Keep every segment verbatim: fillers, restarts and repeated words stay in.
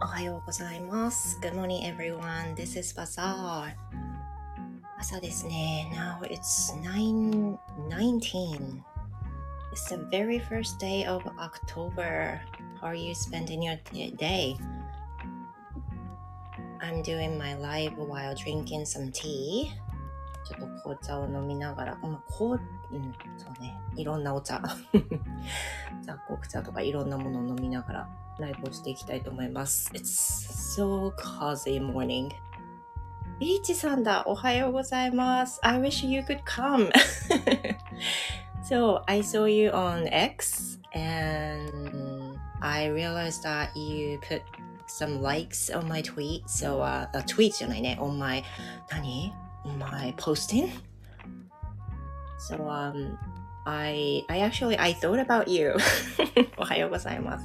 はようございます。Good morning, everyone. This is Bazaar. 朝ですね。Now it's nine nineteen. It's the very first day of October. How are you spending your day? I'm doing my live while drinking some tea. ちょっと紅茶を飲みながら、まあ、こう、うん、そうね、いろんなお茶、雑穀茶とかいろんなものを飲みながらライブをしていきたいと思います。It's so cozy morning. リーチさんだ、おはようございます。I wish you could come. So I saw you on X and I realized that you put some likes on my tweet. So, uh, a tweet じゃないね、on my, 何my posting. So um I I actually I thought about you. おはようございます。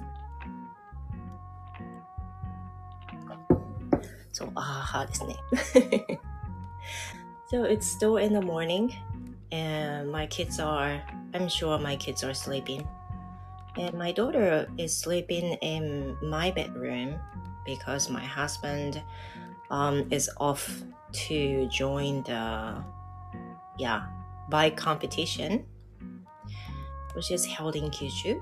そう、あーですね。So it's still in the morning and my kids are I'm sure my kids are sleeping. And my daughter is sleeping in my bedroom because my husband um is off to join the yeah bike competition which is held in Kyushu.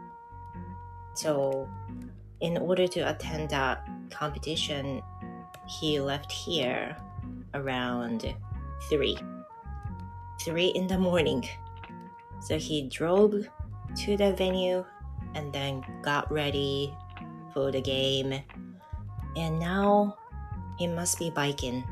So in order to attend that competition, he left here around three three in the morning. So he drove to the venue and then got ready for the game, and now he must be biking.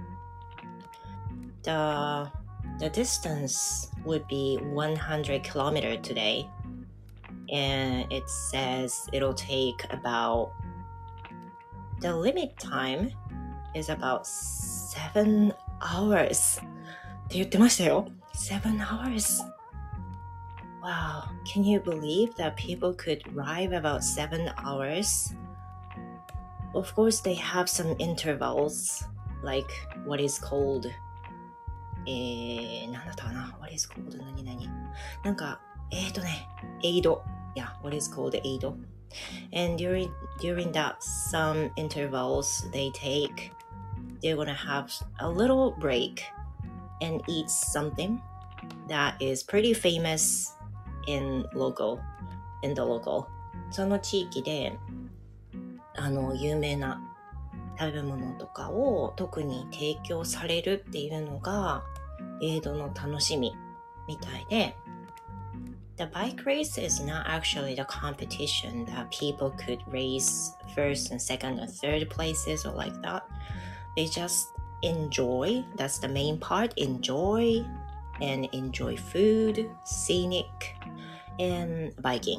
The the distance would be one hundred kilometers today, and it says it'll take about the limit time is about seven hours って言ってましたよ。seven hours. Wow, can you believe that people could drive about seven hours? Of course, they have some intervals, like what is called えー、なんだったかな What is called 何々なんか、えーとね、エイド Yeah, what is called エイド And during, during that, some intervals they take, they're gonna have a little break and eat something that is pretty famous in local, in the local. その地域で、あの、有名な食べ物とかを特に提供されるっていうのがエイドの楽しみみたいで The bike race is not actually the competition that people could race first and second and third places or like that. They just enjoy, that's the main part, enjoy and enjoy food, scenic and biking.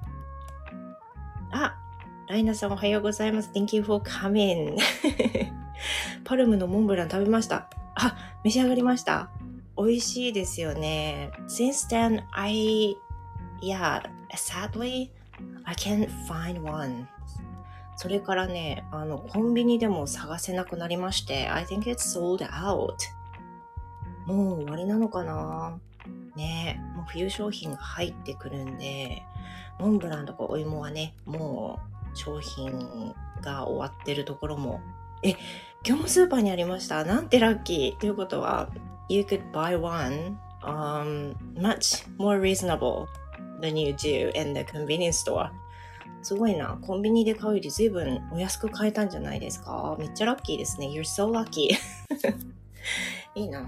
あライナさんおはようございます。Thank you for coming. パルムのモンブラン食べました。あ、召し上がりました。美味しいですよね。Since then, I, yeah, sadly, I can't find one. それからね、あの、コンビニでも探せなくなりまして、I think it's sold out. もう終わりなのかなね、もう冬商品が入ってくるんで、モンブランとかお芋はね、もう商品が終わってるところも、え、今日もスーパーにありました。なんてラッキーということは、You could buy one um, much more reasonable than you do in the convenience store. すごいな。コンビニで買うより随分お安く買えたんじゃないですか。めっちゃラッキーですね。You're so lucky. いいな。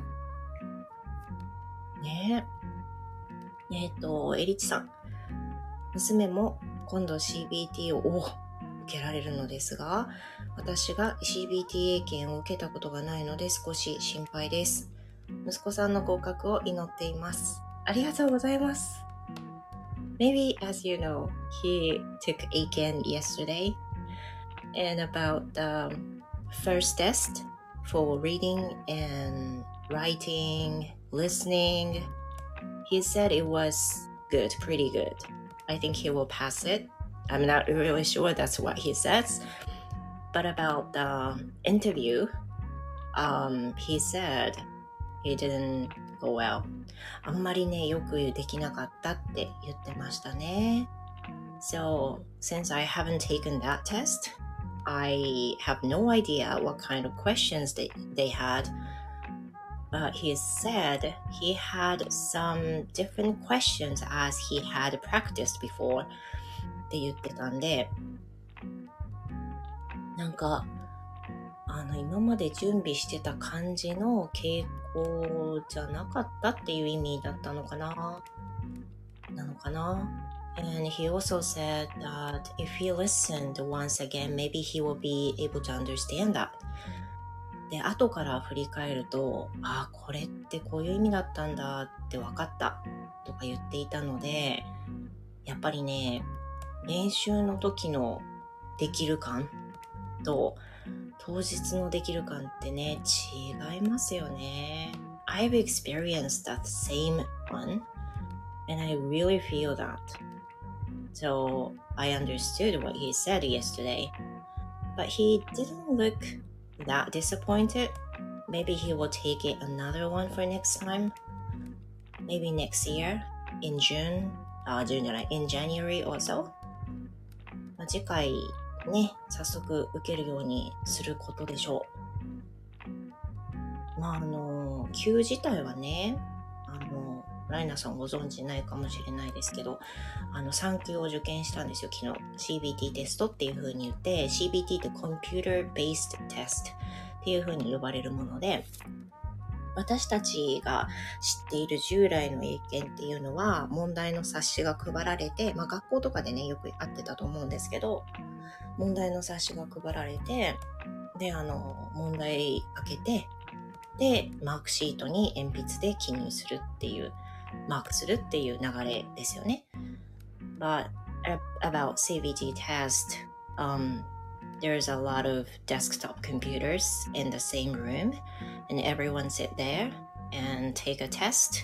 ねえ。えっと、エリチさん。娘も今度 シービーティー を受けられるのですが、私が シービーティー 英検を受けたことがないので少し心配です。息子さんの合格を祈っています。ありがとうございます。Maybe as you know, he took 英検 yesterday and about the first test for reading and writing, listening, he said it was good, pretty good.I think he will pass it. I'm not really sure that's what he says. But about the interview, um, he said he didn't go well. あんまりね、よくできなかったって言ってましたね。So, since I haven't taken that test, I have no idea what kind of questions they, they had, but he said he had some different questions as he had practiced before って言ってたんで、なんかあの今まで準備してた感じの傾向じゃなかったっていう意味だったのかななのかな And he also said that if he listened once again, maybe he will be able to understand that. で、後から振り返ると、あ、これってこういう意味だったんだって分かったとか言っていたので、やっぱりね、練習の時のできる感と当日のできる感ってね、違いますよね。I've experienced that same one, and I really feel that. So I understood what he said yesterday, but he didn't look that disappointed. Maybe he will take it another one for next time. Maybe next year in June, あ、June じゃない、in January or so. まあ、次回ね、早速受けるようにすることでしょう。まああの、級自体はね、あの、ライナさんご存知ないかもしれないですけど、あのさん級を受験したんですよ、昨日。シービーティー テストっていう風に言って、シービーティー って Computer Based Test っていう風に呼ばれるもので、私たちが知っている従来の英検っていうのは、問題の冊子が配られて、まあ学校とかでね、よくあってたと思うんですけど、問題の冊子が配られて、で、あの、問題開けて、で、マークシートに鉛筆で記入するっていう、マークするっていう流れですよね。But about シービーティー test, um, there's a lot of desktop computers in the same room, and everyone sit there and take a test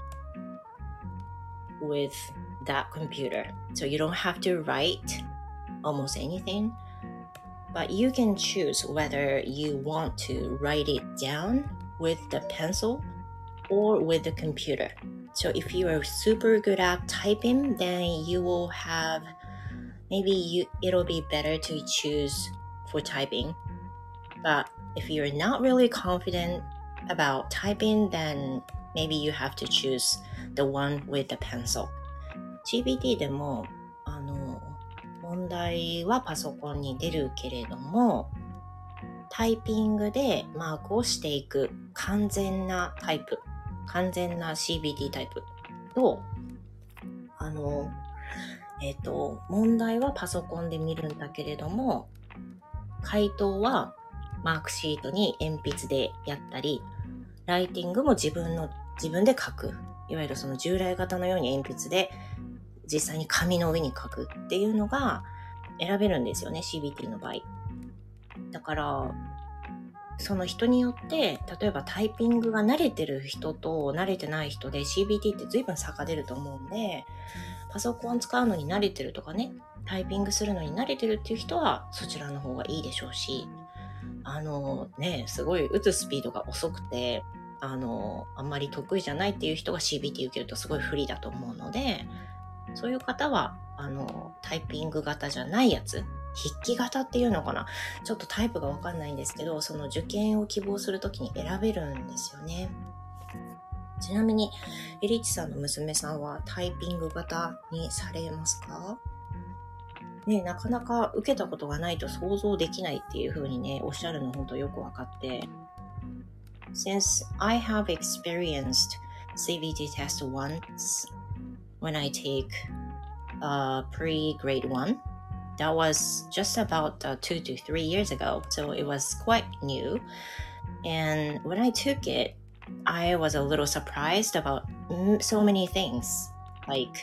with that computer. So you don't have to write almost anything, but you can choose whether you want to write it down with the pencil or with the computer. So if you are super good at typing, then you will have, maybe you, it'll be better to choose for typing. But if you're not really confident about typing, then maybe you have to choose the one with the pencil. シービーティー でも、あの、問題はパソコンに出るけれども、タイピングでマークをしていく完全なタイプ、完全な シービーティー タイプと、あの、えっと、問題はパソコンで見るんだけれども、回答はマークシートに鉛筆でやったり、ライティングも自分の、自分で書く。いわゆるその従来型のように鉛筆で実際に紙の上に書くっていうのが選べるんですよね、シービーティー の場合。だから、その人によって、例えばタイピングが慣れてる人と慣れてない人で シービーティー って随分差が出ると思うんで、パソコン使うのに慣れてるとかね、タイピングするのに慣れてるっていう人はそちらの方がいいでしょうし、あのね、すごい打つスピードが遅くて、あの、あんまり得意じゃないっていう人が シービーティー 受けるとすごい不利だと思うので、そういう方は、あの、タイピング型じゃないやつ、筆記型っていうのかな、ちょっとタイプがわかんないんですけど、その受験を希望するときに選べるんですよね。ちなみに、エリッチさんの娘さんはタイピング型にされますか？ね、なかなか受けたことがないと想像できないっていう風にね、おっしゃるの本当よくわかって。Since I have experienced シービーティー test once when I take uh, pre-grade one, that was just about uh, two to three years ago, so it was quite new. And when I took it, I was a little surprised about so many things, like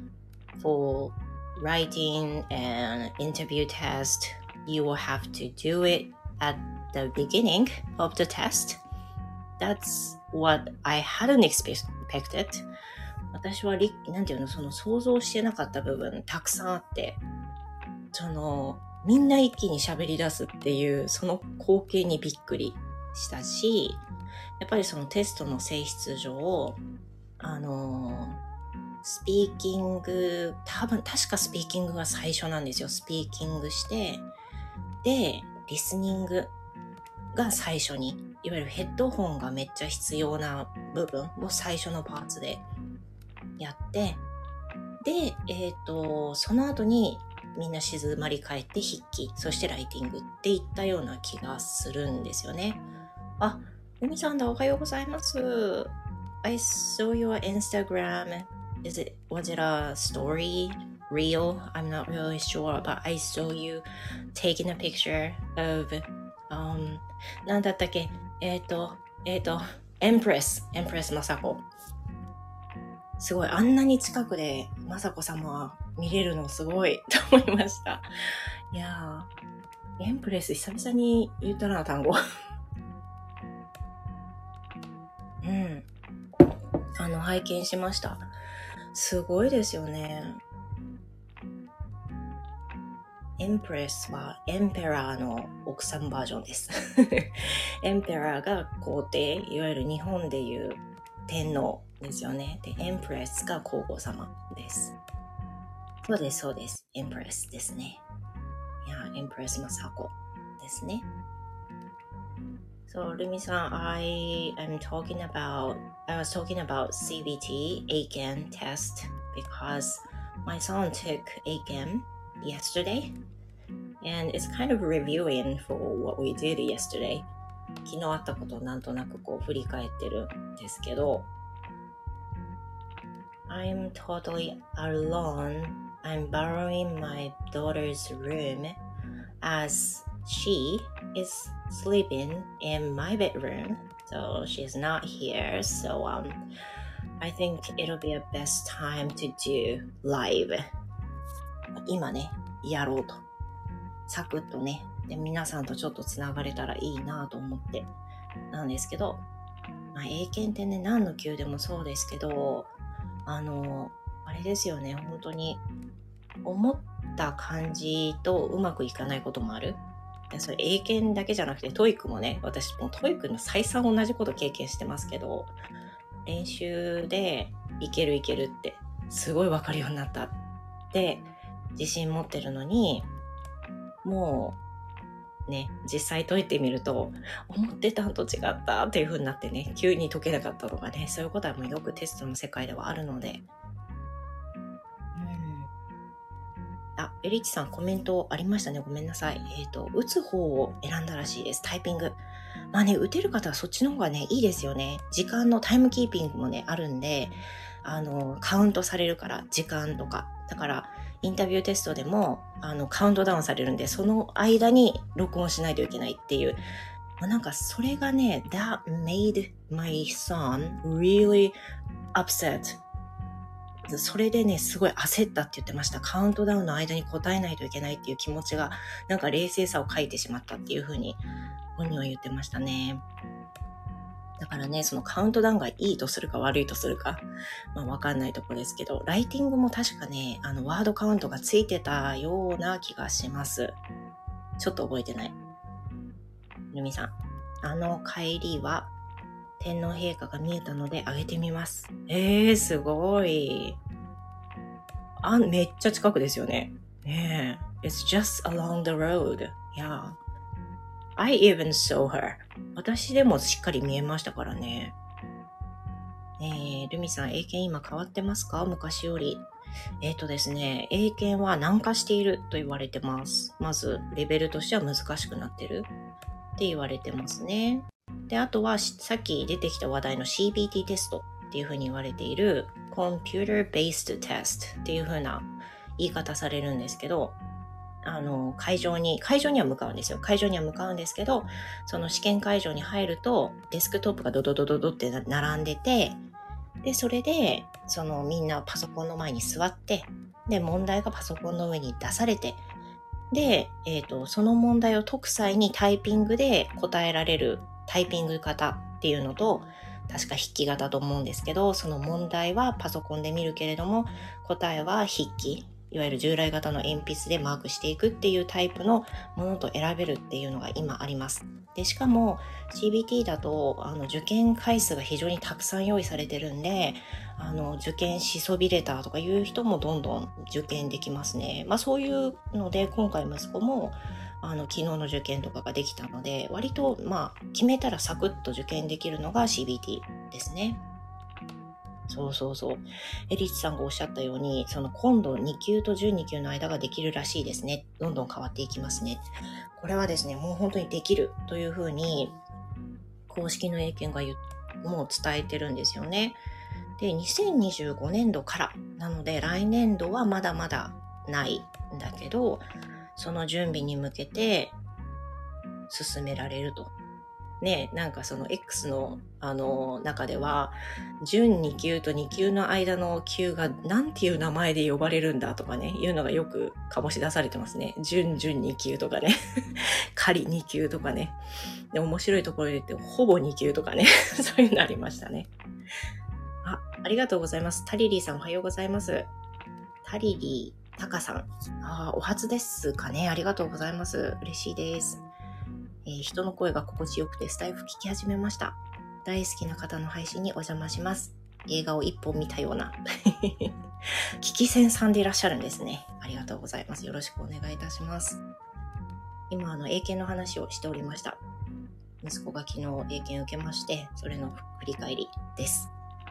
for writing an interview test, you will have to do it at the beginning of the test. That's what I hadn't expected. 私はなんていうの、その想像してなかった部分たくさんあって、そのみんな一気に喋り出すっていうその光景にびっくりしたし、やっぱりそのテストの性質上、あのスピーキング、多分確かスピーキングが最初なんですよ。スピーキングして、 で、リスニングが最初に、いわゆるヘッドホンがめっちゃ必要な部分を最初のパーツでやって、で、えっと、その後にみんな静まり返って筆記、そしてライティングっていったような気がするんですよね。あ、ルミさんだ、おはようございます。I saw your Instagram. Is it, was it a story? Real? I'm not really sure, but I saw you taking a picture of, um, なんだったっけえっと、えっと、エンプレス、エンプレス雅子。すごい、あんなに近くで雅子様見れるのすごいと思いました。いやー、エンプレス久々に言ったな、単語。うん。あの、拝見しました。すごいですよね。エンプレスはエンペラーの奥さんバージョンです。エンペラーが皇帝、いわゆる日本でいう天皇ですよね。で、エンプレスが皇后様です。そうです、そうです。エンプレスですね。いや、エンプレス雅子ですね。So, Rumi-san, I am talking about, I was talking about C B T, A C A N test, because my son took A C A N yesterday, and it's kind of reviewing for what we did yesterday. 昨日あったことをなんとなくこう振り返ってるんですけど、I'm totally alone. I'm borrowing my daughter's room as she is sleeping in my bedroom, so she's not here. So um, I think it'll be a best time to do live. 今ね、やろうと。サクッとね、で皆さんとちょっとつながれたらいいなと思ってなんですけど、まあ、英検ってね、何の級でもそうですけど、あの、あれですよね、本当に思った感じとうまくいかないこともある。それ英検だけじゃなくてトイックもね、私もトイックの再三同じこと経験してますけど、練習でいけるいけるってすごい分かるようになったって自信持ってるのに、もうね、実際解いてみると思ってたんと違ったっていう風になってね、急に解けなかったとかね、そういうことはもうよくテストの世界ではあるので。あ、エリッチさんコメントありましたね。ごめんなさい。えっと、打つ方を選んだらしいです。タイピング。まあね、打てる方はそっちの方がね、いいですよね。時間のタイムキーピングもね、あるんで、あの、カウントされるから、時間とか。だから、インタビューテストでも、あの、カウントダウンされるんで、その間に録音しないといけないっていう。まあ、なんか、それがね、that made my son really upset.それでね、すごい焦ったって言ってました。カウントダウンの間に答えないといけないっていう気持ちが、なんか冷静さを欠いてしまったっていう風に本人は言ってましたね。だからね、そのカウントダウンがいいとするか悪いとするか、まあわかんないところですけど、ライティングも確かね、あのワードカウントがついてたような気がします。ちょっと覚えてない。ルミさん、あの帰りは天皇陛下が見えたのであげてみます。えー、すごい。あ、めっちゃ近くですよね。ねえ。It's just along the road. Yeah. I even saw her. 私でもしっかり見えましたからね。ねえ、ルミさん、英検今変わってますか？昔より。えっとですね、英検は難化していると言われてます。まず、レベルとしては難しくなってるって言われてますね。で、あとはさっき出てきた話題の シービーティー テストっていう風に言われている Computer Based Test っていう風な言い方されるんですけど、あの、会場に、会場には向かうんですよ。会場には向かうんですけど、その試験会場に入るとデスクトップがドドドドドって並んでて、で、それで、そのみんなパソコンの前に座って、で、問題がパソコンの上に出されて、で、えっと、その問題を解く際にタイピングで答えられるタイピング型っていうのと、確か筆記型と思うんですけど、その問題はパソコンで見るけれども、答えは筆記、いわゆる従来型の鉛筆でマークしていくっていうタイプのものと選べるっていうのが今あります。で、しかも シービーティー だとあの受験回数が非常にたくさん用意されてるんで、あの受験しそびれたとかいう人もどんどん受験できますね。まあそういうので今回息子もあの昨日の受験とかができたので、割とまあ決めたらサクッと受験できるのが シービーティー ですね。そうそうそう。エリスさんがおっしゃったように、その今度に級とじゅうに級の間ができるらしいですね。どんどん変わっていきますね。これはですね、もう本当にできるというふうに公式の英検が言もう伝えてるんですよね。で、にせんにじゅうごねんどからなので、来年度はまだまだないんだけど、その準備に向けて進められると。ね、なんかその X のあの中では、準に級とに級の間の級がなんていう名前で呼ばれるんだとかね、いうのがよく醸し出されてますね。準準に級とかね、仮に級とかね。で、面白いところで言ってほぼに級とかね、そういうのありましたね。あ、ありがとうございます。タリリーさんおはようございます。タリリー、タカさん。あ、お初ですかね。ありがとうございます。嬉しいです。えー、人の声が心地よくてスタイフ聞き始めました。大好きな方の配信にお邪魔します。映画を一本見たような。聞き戦さんでいらっしゃるんですね。ありがとうございます。よろしくお願いいたします。今、あの、英検の話をしておりました。息子が昨日英検受けまして、それの振り返りです。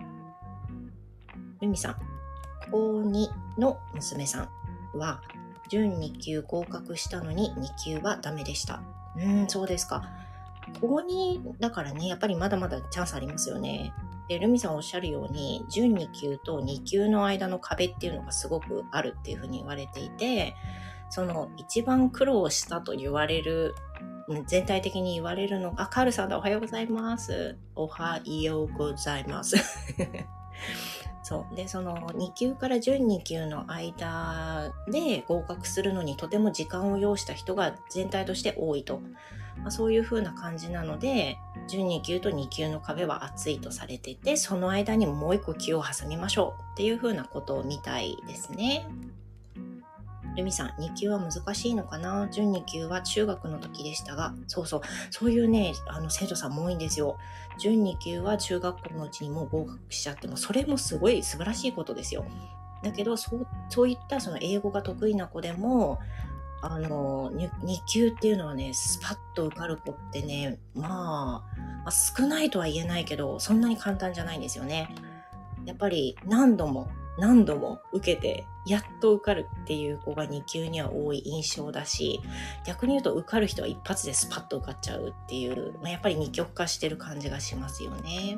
ルミさん、こうにの娘さんは、準に級合格したのにに級はダメでした。うーん、そうですか。こうにだからね、やっぱりまだまだチャンスありますよね。で、ルミさんおっしゃるように、準に級とに級の間の壁っていうのがすごくあるっていうふうに言われていて、その一番苦労したと言われる、全体的に言われるのが、あ、カールさんだ、おはようございます。おはようございます。そうで、そのに級から準に級の間で合格するのにとても時間を要した人が全体として多いと、まあ、そういう風な感じなので、準に級とに級の壁は厚いとされてて、その間にもう一個級を挟みましょうっていう風なことを見たいですね。ルミさん、に級は難しいのかな？準に級は中学の時でしたが、そうそう、そういうね、あの生徒さんも多いんですよ。準に級は中学校のうちにもう合格しちゃっても、それもすごい素晴らしいことですよ。だけど、そう、そういったその英語が得意な子でも、あの、に級っていうのはね、スパッと受かる子ってね、まあ、まあ、少ないとは言えないけど、そんなに簡単じゃないんですよね。やっぱり何度も何度も受けてやっと受かるっていう子がに級には多い印象だし、逆に言うと受かる人は一発でスパッと受かっちゃうっていう、まあ、やっぱり二極化してる感じがしますよね。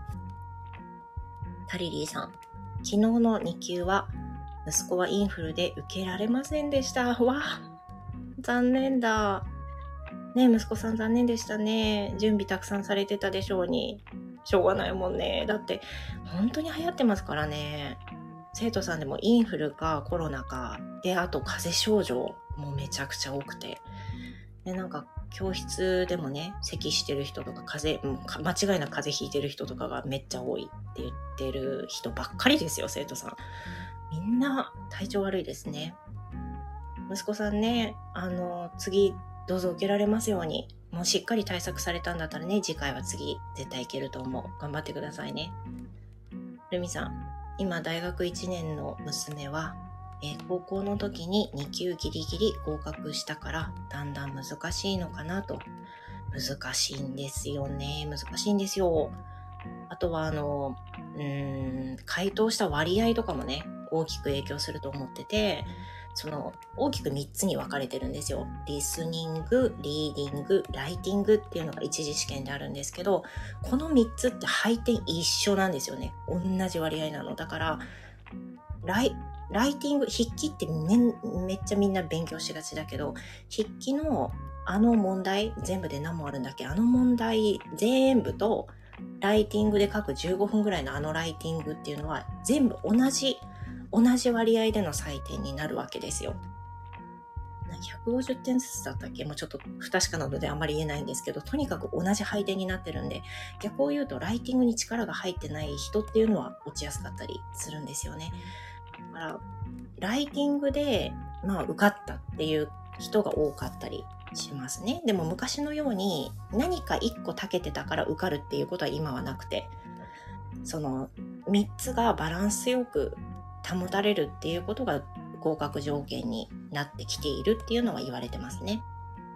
タリリーさん、昨日のに級は息子はインフルで受けられませんでした。わあ、残念だね。息子さん残念でしたね。準備たくさんされてたでしょうに。しょうがないもんね。だって本当に流行ってますからね。生徒さんでもインフルかコロナかで、あと風邪症状もめちゃくちゃ多くて、でなんか教室でもね、咳してる人とか風邪、間違いなく風邪ひいてる人とかがめっちゃ多いって言ってる人ばっかりですよ。生徒さんみんな体調悪いですね。息子さんね、あの次どうぞ受けられますように。もうしっかり対策されたんだったらね、次回は次絶対いけると思う。頑張ってくださいね。ルミさん、今大学いちねんの娘は、えー、高校の時にに級ギリギリ合格したからだんだん難しいのかなと。難しいんですよね。難しいんですよ。あとはあのうーん回答した割合とかもね、大きく影響すると思ってて、その大きくみっつに分かれてるんですよ。リスニング、リーディング、ライティングっていうのが一次試験であるんですけど、このみっつって配点一緒なんですよね。同じ割合なの。だからライライティング、筆記って め, めっちゃみんな勉強しがちだけど、筆記のあの問題、全部で何問あるんだっけ、あの問題全部とライティングで書くじゅうごふんぐらいのあのライティングっていうのは全部同じ同じ割合での採点になるわけですよ。ひゃくごじゅってんずつだったっけ、もうちょっと不確かなのであんまり言えないんですけど、とにかく同じ配点になってるんで、逆を言うとライティングに力が入ってない人っていうのは落ちやすかったりするんですよね。だからライティングで、まあ、受かったっていう人が多かったりしますね。でも昔のように何かいっこ長けてたから受かるっていうことは今はなくて、そのみっつがバランスよく保たれるっていうことが合格条件になってきているっていうのは言われてますね。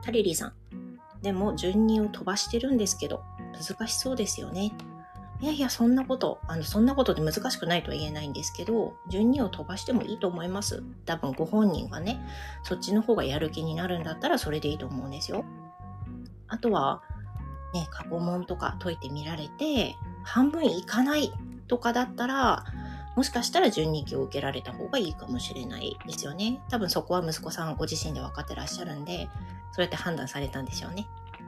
タリリーさん。でも順にを飛ばしてるんですけど、難しそうですよね。いやいや、そんなこと、あの、そんなことで難しくないとは言えないんですけど、順にを飛ばしてもいいと思います。多分ご本人がね、そっちの方がやる気になるんだったらそれでいいと思うんですよ。あとは、ね、過去問とか解いてみられて、半分いかないとかだったら、もしかしたら順に級を受けられた方がいいかもしれないですよね。多分そこは息子さんご自身で分かってらっしゃるんで、そうやって判断されたんでしょうね。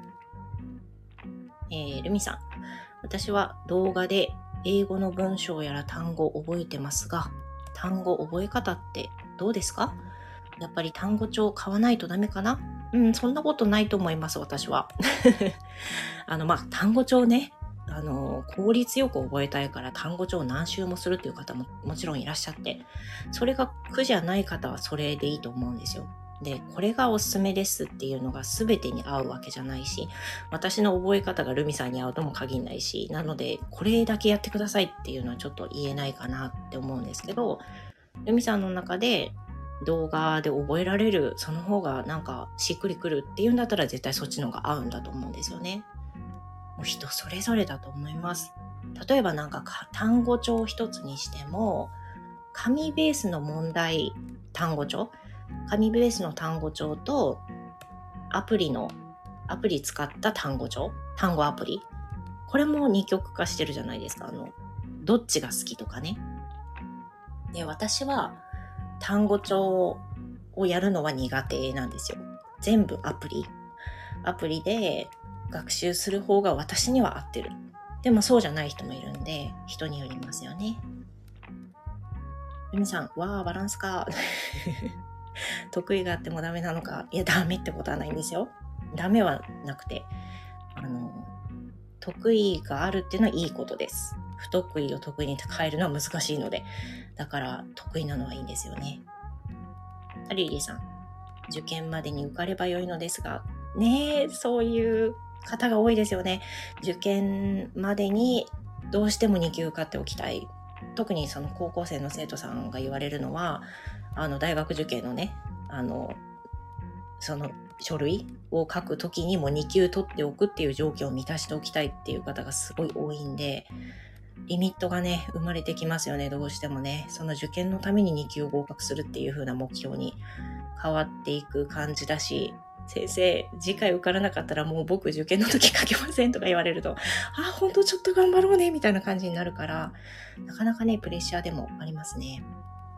えー、ルミさん。私は動画で英語の文章やら単語を覚えてますが、単語覚え方ってどうですか？やっぱり単語帳買わないとダメかな？うん、そんなことないと思います、私は。あの、まあ、単語帳ね、あの、効率よく覚えたいから単語帳を何周もするっていう方ももちろんいらっしゃって、それが苦じゃない方はそれでいいと思うんですよ。で、これがおすすめですっていうのが全てに合うわけじゃないし、私の覚え方がルミさんに合うとも限らないし、なので、これだけやってくださいっていうのはちょっと言えないかなって思うんですけど、ルミさんの中で動画で覚えられる、その方がなんかしっくりくるっていうんだったら絶対そっちの方が合うんだと思うんですよね。もう人それぞれだと思います。例えばなんか単語帳一つにしても、紙ベースの問題単語帳、紙ベースの単語帳とアプリのアプリ使った単語帳、単語アプリ、これも二極化してるじゃないですか。あのどっちが好きとかね。で、私は単語帳をやるのは苦手なんですよ。全部アプリアプリで学習する方が私には合ってる。でもそうじゃない人もいるんで、人によりますよね。ルミさん、わー、バランスか。得意があってもダメなのか。いや、ダメってことはないんですよ。ダメはなくて、あの、得意があるっていうのはいいことです。不得意を得意に変えるのは難しいので、だから得意なのはいいんですよね。タリリーさん、受験までに受かればよいのですが、ねえ、そういう方が多いですよね。受験までにどうしてもに級受かっておきたい。特にその高校生の生徒さんが言われるのは、あの大学受験のね、あのその書類を書くときにもに級取っておくっていう条件を満たしておきたいっていう方がすごい多いんで、リミットがね生まれてきますよね。どうしてもね、その受験のためにに級合格するっていう風な目標に変わっていく感じだし、先生次回受からなかったらもう僕受験の時書けませんとか言われると、あ、本当ちょっと頑張ろうねみたいな感じになるから、なかなかねプレッシャーでもありますね。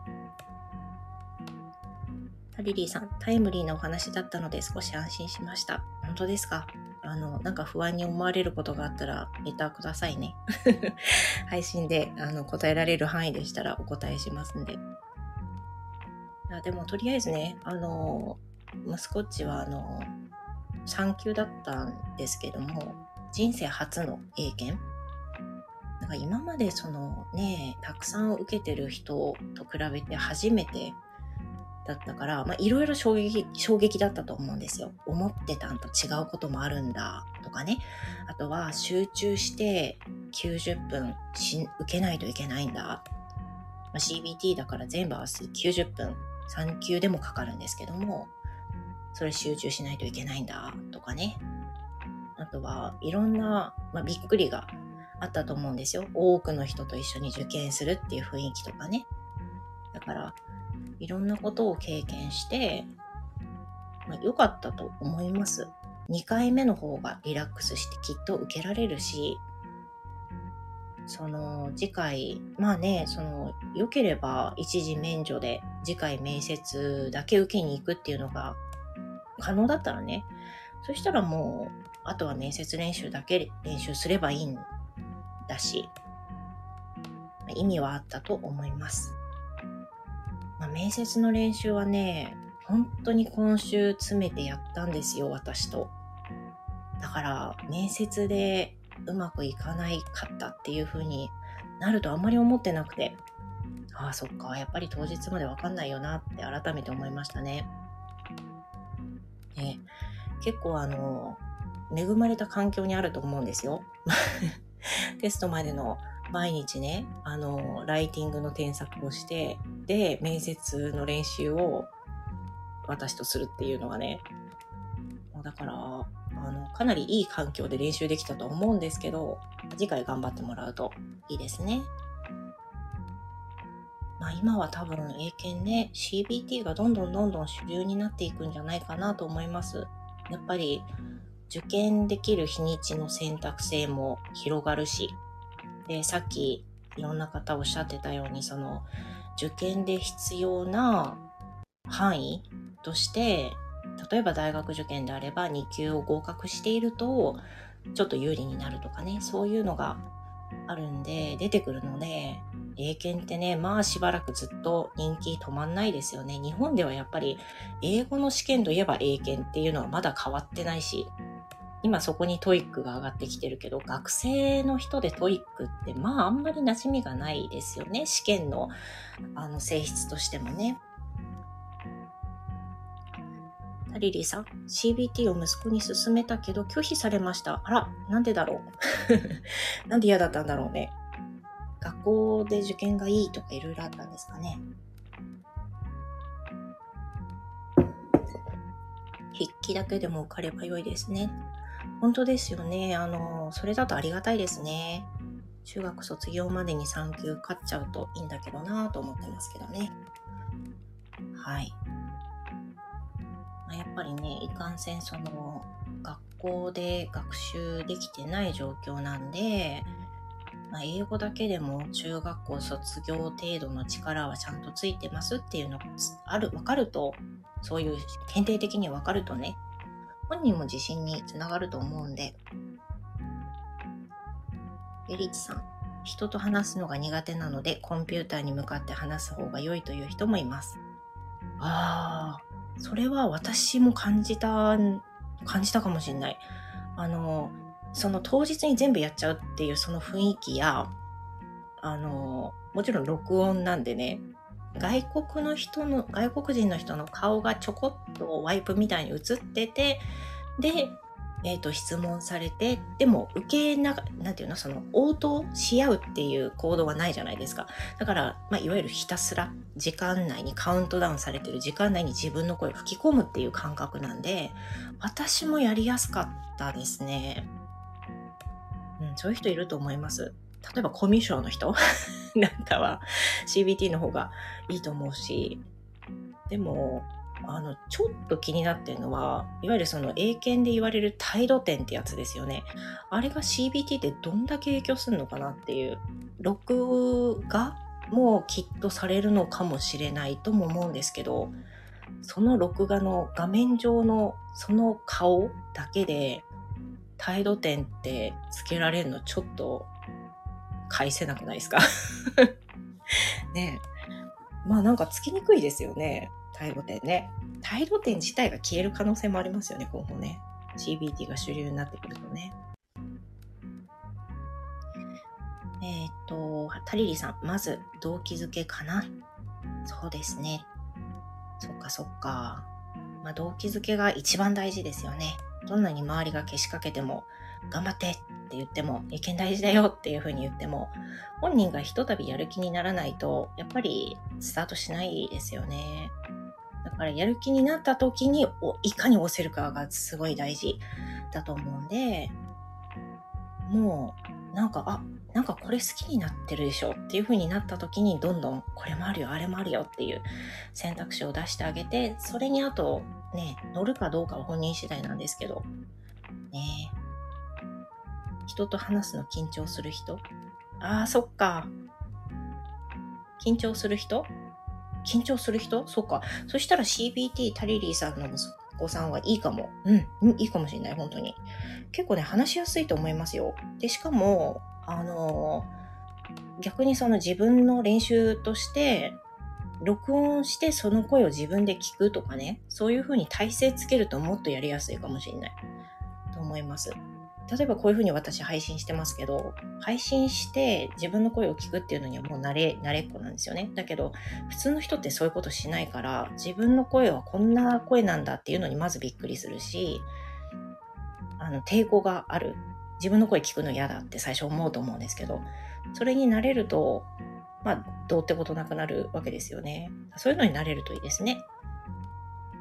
リリーさん、タイムリーなお話だったので少し安心しました。本当ですか？あのなんか不安に思われることがあったらレターくださいね。配信であの答えられる範囲でしたらお答えしますんで。あ、でもとりあえずね、あの息子っちはあのさん級だったんですけども、人生初の英検。なんか今までそのね、たくさん受けてる人と比べて初めてだったから、まあいろいろ衝撃、衝撃だったと思うんですよ。思ってたんと違うこともあるんだとかね。あとは集中してきゅうじゅっぷんし受けないといけないんだ。まあ、シービーティー だから全部合わせてきゅうじゅっぷん、さん級でもかかるんですけども、それ集中しないといけないんだとかね。あとはいろんな、まあ、びっくりがあったと思うんですよ。多くの人と一緒に受験するっていう雰囲気とかね。だからいろんなことを経験して、まあ、良かったと思います。にかいめの方がリラックスしてきっと受けられるし、その次回、まあね、その良ければ一時免除で次回面接だけ受けに行くっていうのが可能だったらね、そしたらもうあとは面接練習だけ練習すればいいんだし、意味はあったと思います。まあ、面接の練習はね、本当に今週詰めてやったんですよ、私と。だから面接でうまくいかないかったっていう風になるとあんまり思ってなくて、ああそっか、やっぱり当日までわかんないよなって改めて思いましたね。ね、結構あの恵まれた環境にあると思うんですよ。テストまでの毎日ね、あのライティングの添削をして、で面接の練習を私とするっていうのがね、 だからあのかなりいい環境で練習できたと思うんですけど、次回頑張ってもらうといいですね。まあ今は多分英検ね シービーティー がどんどんどんどん主流になっていくんじゃないかなと思います。やっぱり受験できる日にちの選択肢も広がるし、でさっきいろんな方おっしゃってたように、その受験で必要な範囲として、例えば大学受験であればに級を合格しているとちょっと有利になるとかね、そういうのがあるんで出てくるので、英検ってね、まあしばらくずっと人気止まんないですよね。日本ではやっぱり英語の試験といえば英検っていうのはまだ変わってないし、今そこにトイックが上がってきてるけど、学生の人でトイックってまああんまり馴染みがないですよね。試験のあの性質としてもね。タリリーさん、シービーティー を息子に勧めたけど拒否されました。あら、なんでだろうなんで嫌だったんだろうね。学校で受験がいいとかいろいろあったんですかね。筆記だけでも受かればよいですね。本当ですよね。あの、それだとありがたいですね。中学卒業までにさん級受かっちゃうといいんだけどなぁと思ってますけどね。はい。まあ、やっぱりね、いかんせんその学校で学習できてない状況なんで、まあ、英語だけでも中学校卒業程度の力はちゃんとついてますっていうのがある、分かると、そういう検定的に分かるとね、本人も自信につながると思うんで。エリチさん、人と話すのが苦手なのでコンピューターに向かって話す方が良いという人もいます。ああ、それは私も感じた感じたかもしれない。あのその当日に全部やっちゃうっていうその雰囲気や、あのもちろん録音なんでね、外国の人の外国人の人の顔がちょこっとワイプみたいに映ってて、で、えーと、質問されて、でも受けながなんていうの、その応答し合うっていう行動はないじゃないですか。だから、まあ、いわゆるひたすら時間内にカウントダウンされてる時間内に自分の声を吹き込むっていう感覚なんで、私もやりやすかったですね。うん、そういう人いると思います。例えばコミュ障の人なんかは シービーティー の方がいいと思うし、でもあのちょっと気になってるのは、いわゆるその英検で言われる態度点ってやつですよね。あれが シービーティー ってどんだけ影響するのかなっていう。録画もきっとされるのかもしれないとも思うんですけど、その録画の画面上のその顔だけで態度点ってつけられるのちょっと返せなくないですかねえ。まあなんかつきにくいですよね。態度点ね。態度点自体が消える可能性もありますよね、今後ね。シービーティー が主流になってくるとね。えっと、タリリさん、まず動機づけかな。そうですね。そっかそっか。まあ動機づけが一番大事ですよね。どんなに周りがけしかけても、頑張ってって言っても、意見大事だよっていう風に言っても、本人がひとたびやる気にならないと、やっぱりスタートしないですよね。だからやる気になった時にいかに押せるかがすごい大事だと思うんで、もうなんかあなんかこれ好きになってるでしょっていう風になった時に、どんどんこれもあるよあれもあるよっていう選択肢を出してあげて、それにあとね乗るかどうかは本人次第なんですけどね。人と話すの緊張する人、あーそっか、緊張する人緊張する人そっか。そしたら シービーティー タリリーさんの息子さんはいいかも。うん、うん、いいかもしれない、本当に。結構ね、話しやすいと思いますよ。で、しかも、あのー、逆にその自分の練習として、録音してその声を自分で聞くとかね、そういう風に体勢つけるともっとやりやすいかもしれないと思います。例えばこういう風に私配信してますけど、配信して自分の声を聞くっていうのにはもう慣れ、慣れっこなんですよね。だけど、普通の人ってそういうことしないから、自分の声はこんな声なんだっていうのにまずびっくりするし、あの、抵抗がある。自分の声聞くの嫌だって最初思うと思うんですけど、それに慣れると、まあ、どうってことなくなるわけですよね。そういうのに慣れるといいですね。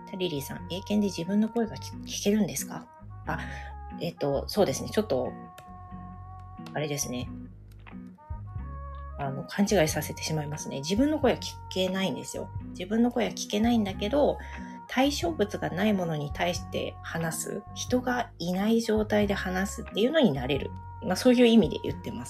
タリリーさん、英検で自分の声が聞聞けるんですか？あ、えっと、そうですね。ちょっと、あれですね。あの、勘違いさせてしまいますね。自分の声は聞けないんですよ。自分の声は聞けないんだけど、対象物がないものに対して話す、人がいない状態で話すっていうのになれる。まあそういう意味で言ってます。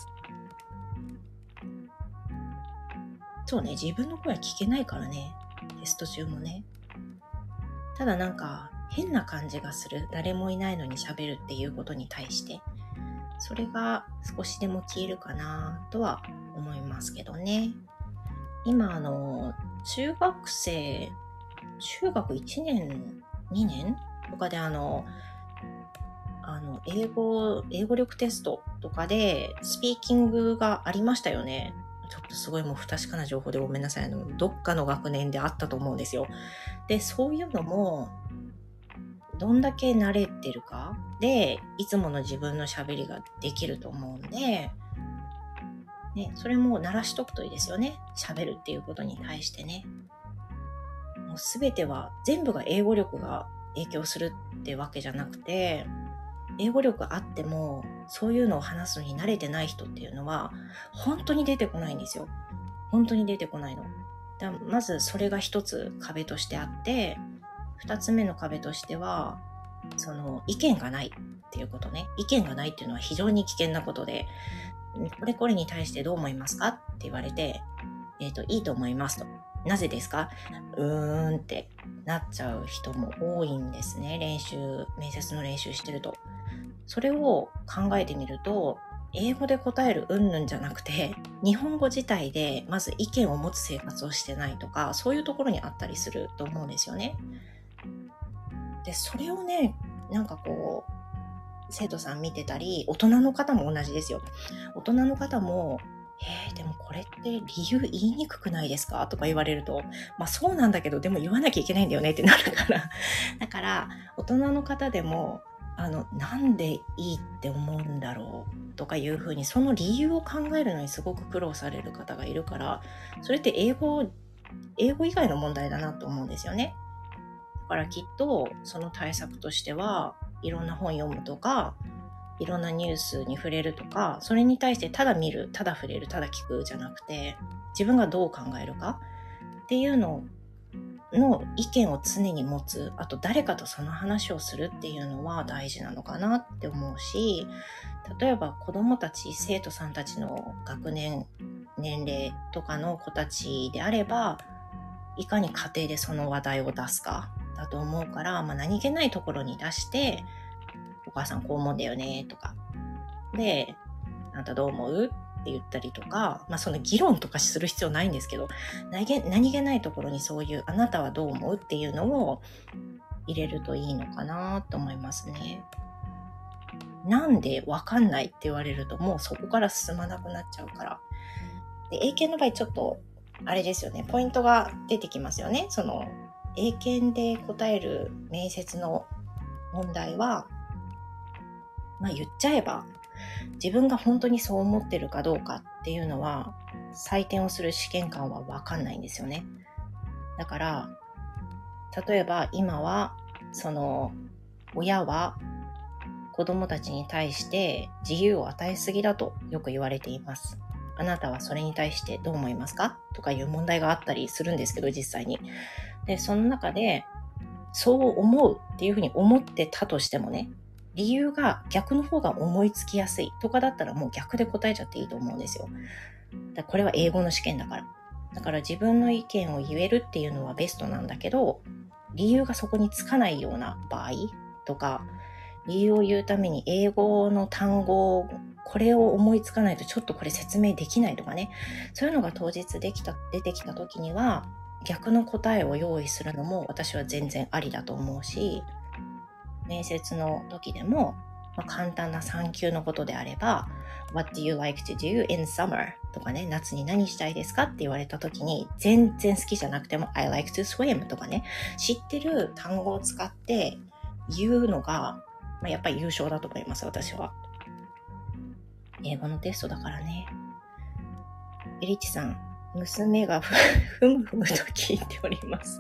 そうね、自分の声は聞けないからね。テスト中もね。ただなんか変な感じがする。誰もいないのに喋るっていうことに対して。それが少しでも消えるかなとは思いますけどね。今あの、中学生、中学いちねん、にねんとかであの、あの、英語、英語力テストとかでスピーキングがありましたよね。ちょっとすごいもう不確かな情報でごめんなさい。あの、どっかの学年であったと思うんですよ。で、そういうのも、どんだけ慣れてるかで、いつもの自分の喋りができると思うんで、ね、それも慣らしとくといいですよね。喋るっていうことに対してね。もうすべては、全部が英語力が影響するってわけじゃなくて、英語力あっても、そういうのを話すのに慣れてない人っていうのは、本当に出てこないんですよ。本当に出てこないの。だまずそれが一つ壁としてあって、二つ目の壁としては、その意見がないっていうことね。意見がないっていうのは非常に危険なことで、これこれに対してどう思いますかって言われて、えっと、いいと思いますと。なぜですか？うーんってなっちゃう人も多いんですね。練習、面接の練習してると。それを考えてみると、英語で答える云々じゃなくて、日本語自体でまず意見を持つ生活をしてないとか、そういうところにあったりすると思うんですよね。で、それをね、なんかこう、生徒さん見てたり、大人の方も同じですよ。大人の方も、えー、でもこれって理由言いにくくないですかとか言われると、まあそうなんだけど、でも言わなきゃいけないんだよねってなるから。だから、大人の方でも、あの、なんでいいって思うんだろうとかいうふうに、その理由を考えるのにすごく苦労される方がいるから、それって英語、英語以外の問題だなと思うんですよね。だからきっと、その対策としては、いろんな本読むとか、いろんなニュースに触れるとか、それに対してただ見る、ただ触れる、ただ聞くじゃなくて、自分がどう考えるかっていうのの意見を常に持つ、あと誰かとその話をするっていうのは大事なのかなって思うし、例えば子供たち、生徒さんたちの学年、年齢とかの子たちであれば、いかに家庭でその話題を出すかだと思うから、まあ、何気ないところに出して、お母さんこう思うんだよねとか。で、あんたどう思うって言ったりとか、まあその議論とかする必要ないんですけど、何気、何気ないところにそういうあなたはどう思うっていうのを入れるといいのかなと思いますね。なんでわかんないって言われるともうそこから進まなくなっちゃうから。で、英検の場合ちょっとあれですよね、ポイントが出てきますよね。その英検で答える面接の問題は、まあ言っちゃえば、自分が本当にそう思ってるかどうかっていうのは、採点をする試験官は分かんないんですよね。だから、例えば今は、その、親は子供たちに対して自由を与えすぎだとよく言われています。あなたはそれに対してどう思いますかとかいう問題があったりするんですけど、実際に。で、その中で、そう思うっていうふうに思ってたとしてもね、理由が逆の方が思いつきやすいとかだったらもう逆で答えちゃっていいと思うんですよ。だこれは英語の試験だから。だから自分の意見を言えるっていうのはベストなんだけど、理由がそこにつかないような場合とか、理由を言うために英語の単語をこれを思いつかないとちょっとこれ説明できないとかね、そういうのが当日できた出てきた時には逆の答えを用意するのも私は全然ありだと思うし、面接の時でも、まあ、簡単なさん級のことであれば What do you like to do in summer? とかね、夏に何したいですかって言われた時に全然好きじゃなくても I like to swim とかね、知ってる単語を使って言うのが、まあ、やっぱり優勝だと思います、私は。英語のテストだからね。エリッチさん、娘がふむふむと聞いております。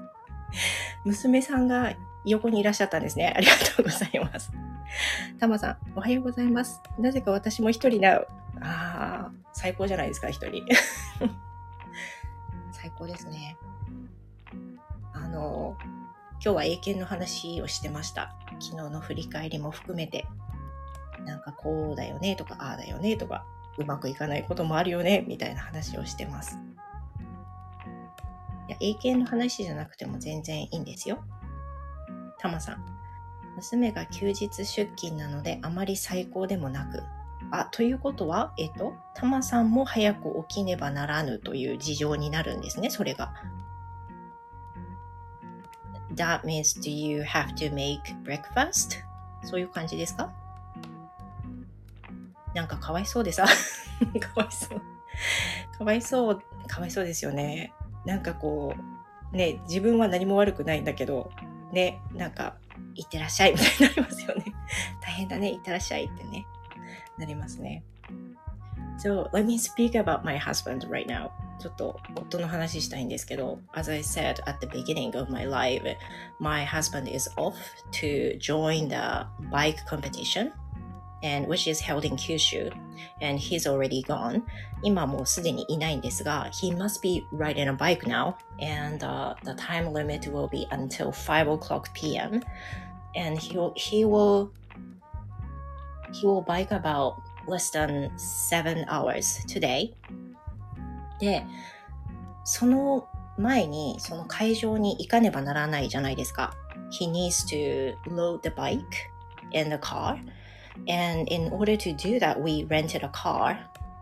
娘さんが横にいらっしゃったんですね。ありがとうございます。たまさん、おはようございます。なぜか私も一人な、あー、最高じゃないですか、一人。最高ですね。あの、今日は英検の話をしてました。昨日の振り返りも含めて。なんかこうだよねとか、ああだよねとか、うまくいかないこともあるよね、みたいな話をしてます。いや、英検の話じゃなくても全然いいんですよ。たまさん、娘が休日出勤なのであまり最高でもなく、あ、ということは、えっと、たまさんも早く起きねばならぬという事情になるんですね、それが。That means do you have to make breakfast? そういう感じですか？なんかかわいそうでさ。かわいそう。かわいそう、かわいそうですよね。なんかこう、ね、自分は何も悪くないんだけど、ね、なんか、いってらっしゃいみたいになりますよね。大変だね、いってらっしゃいってね、なりますね。So, let me speak about my husband right now. ちょっと夫の話したいんですけど、as I said at the beginning of my life, my husband is off to join the bike competition.And which is held in Kyushu, and he's already gone. 今もうすでにいないんですが、he must be riding a bike now, and、uh, the time limit will be until five o'clock p.m. And he will, he will, he will bike about less than seven hours today. で、その前にその会場に行かねばならないじゃないですか。He needs to load the bike in the car.And in order to do that, we rented a car,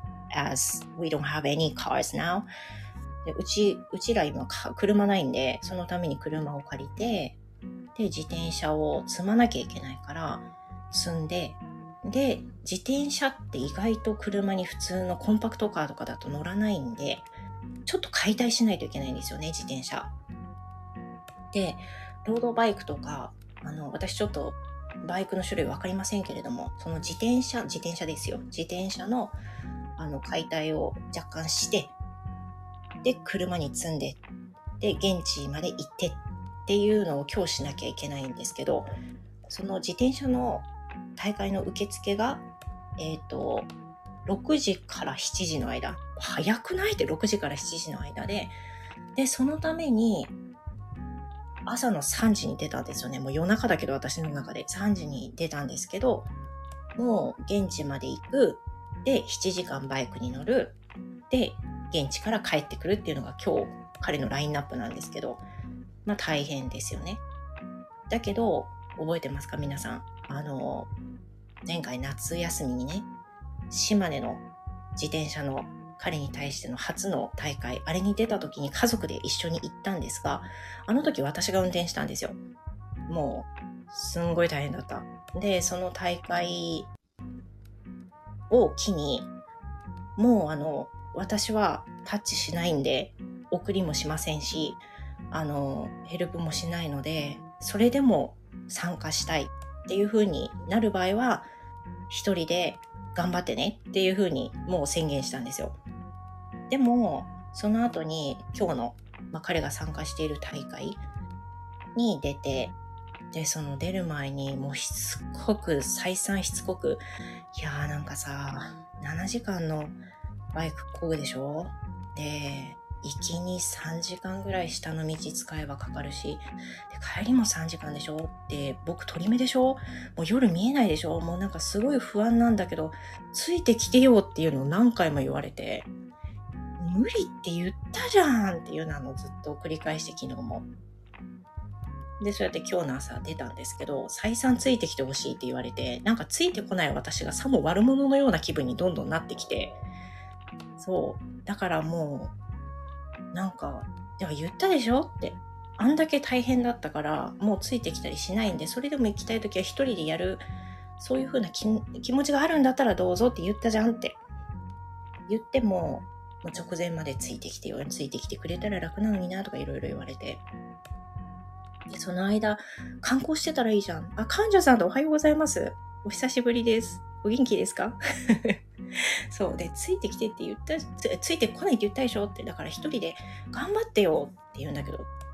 as we don't have any cars now. でうち、うちら今車ないんで、そのために車を借りて、で、自転車を積まなきゃいけないから、積んで、で、自転車って意外と車に普通のコンパクトカーとかだと乗らないんで、ちょっと解体しないといけないんですよね、自転車。で、ロードバイクとか、あの、私ちょっと、バイクの種類わかりませんけれども、その自転車、自転車ですよ。自転車の、あの、解体を若干して、で、車に積んで、で、現地まで行ってっていうのを今日しなきゃいけないんですけど、その自転車の大会の受付が、えっと、ろくじからしちじの間。早くないってろくじからしちじの間で、で、そのために、朝のさんじに出たんですよね。もう夜中だけど私の中でさんじに出たんですけど、もう現地まで行く。で、ななじかんバイクに乗る。で、現地から帰ってくるっていうのが今日彼のラインナップなんですけど、まあ大変ですよね。だけど、覚えてますか皆さん。あの、前回夏休みにね、島根の自転車の彼に対しての初の大会、あれに出た時に家族で一緒に行ったんですが、あの時私が運転したんですよ。もう、すんごい大変だった。で、その大会を機に、もうあの、私はタッチしないんで、送りもしませんし、あの、ヘルプもしないので、それでも参加したいっていう風になる場合は、一人で頑張ってねっていう風にもう宣言したんですよ。でも、その後に今日の、まあ、彼が参加している大会に出て、で、その出る前にもうしつこく、再三しつこく、いやーなんかさ、ななじかんのバイク漕ぐでしょ？で、行きにさんじかんぐらい下の道使えばかかるし、で帰りもさんじかんでしょ？で、僕鳥目でしょ？もう夜見えないでしょ？もうなんかすごい不安なんだけど、ついてきてよっていうのを何回も言われて、無理って言ったじゃんっていうのをずっと繰り返して昨日も。で、そうやって今日の朝出たんですけど、再三ついてきてほしいって言われて、なんかついてこない私がさも悪者のような気分にどんどんなってきて、そう。だからもう、なんか、では言ったでしょって。あんだけ大変だったから、もうついてきたりしないんで、それでも行きたいときは一人でやる、そういう風な 気, 気持ちがあるんだったらどうぞって言ったじゃんって言っても、もう直前までついてきてよ、ついてきてくれたら楽なのになとかいろいろ言われて。で、その間、観光してたらいいじゃん。あ、患者さんとおはようございます。お久しぶりです。お元気ですか？そうで、ついてきてって言ったつ、ついてこないって言ったでしょって、だから一人で頑張ってよって言うんだけど、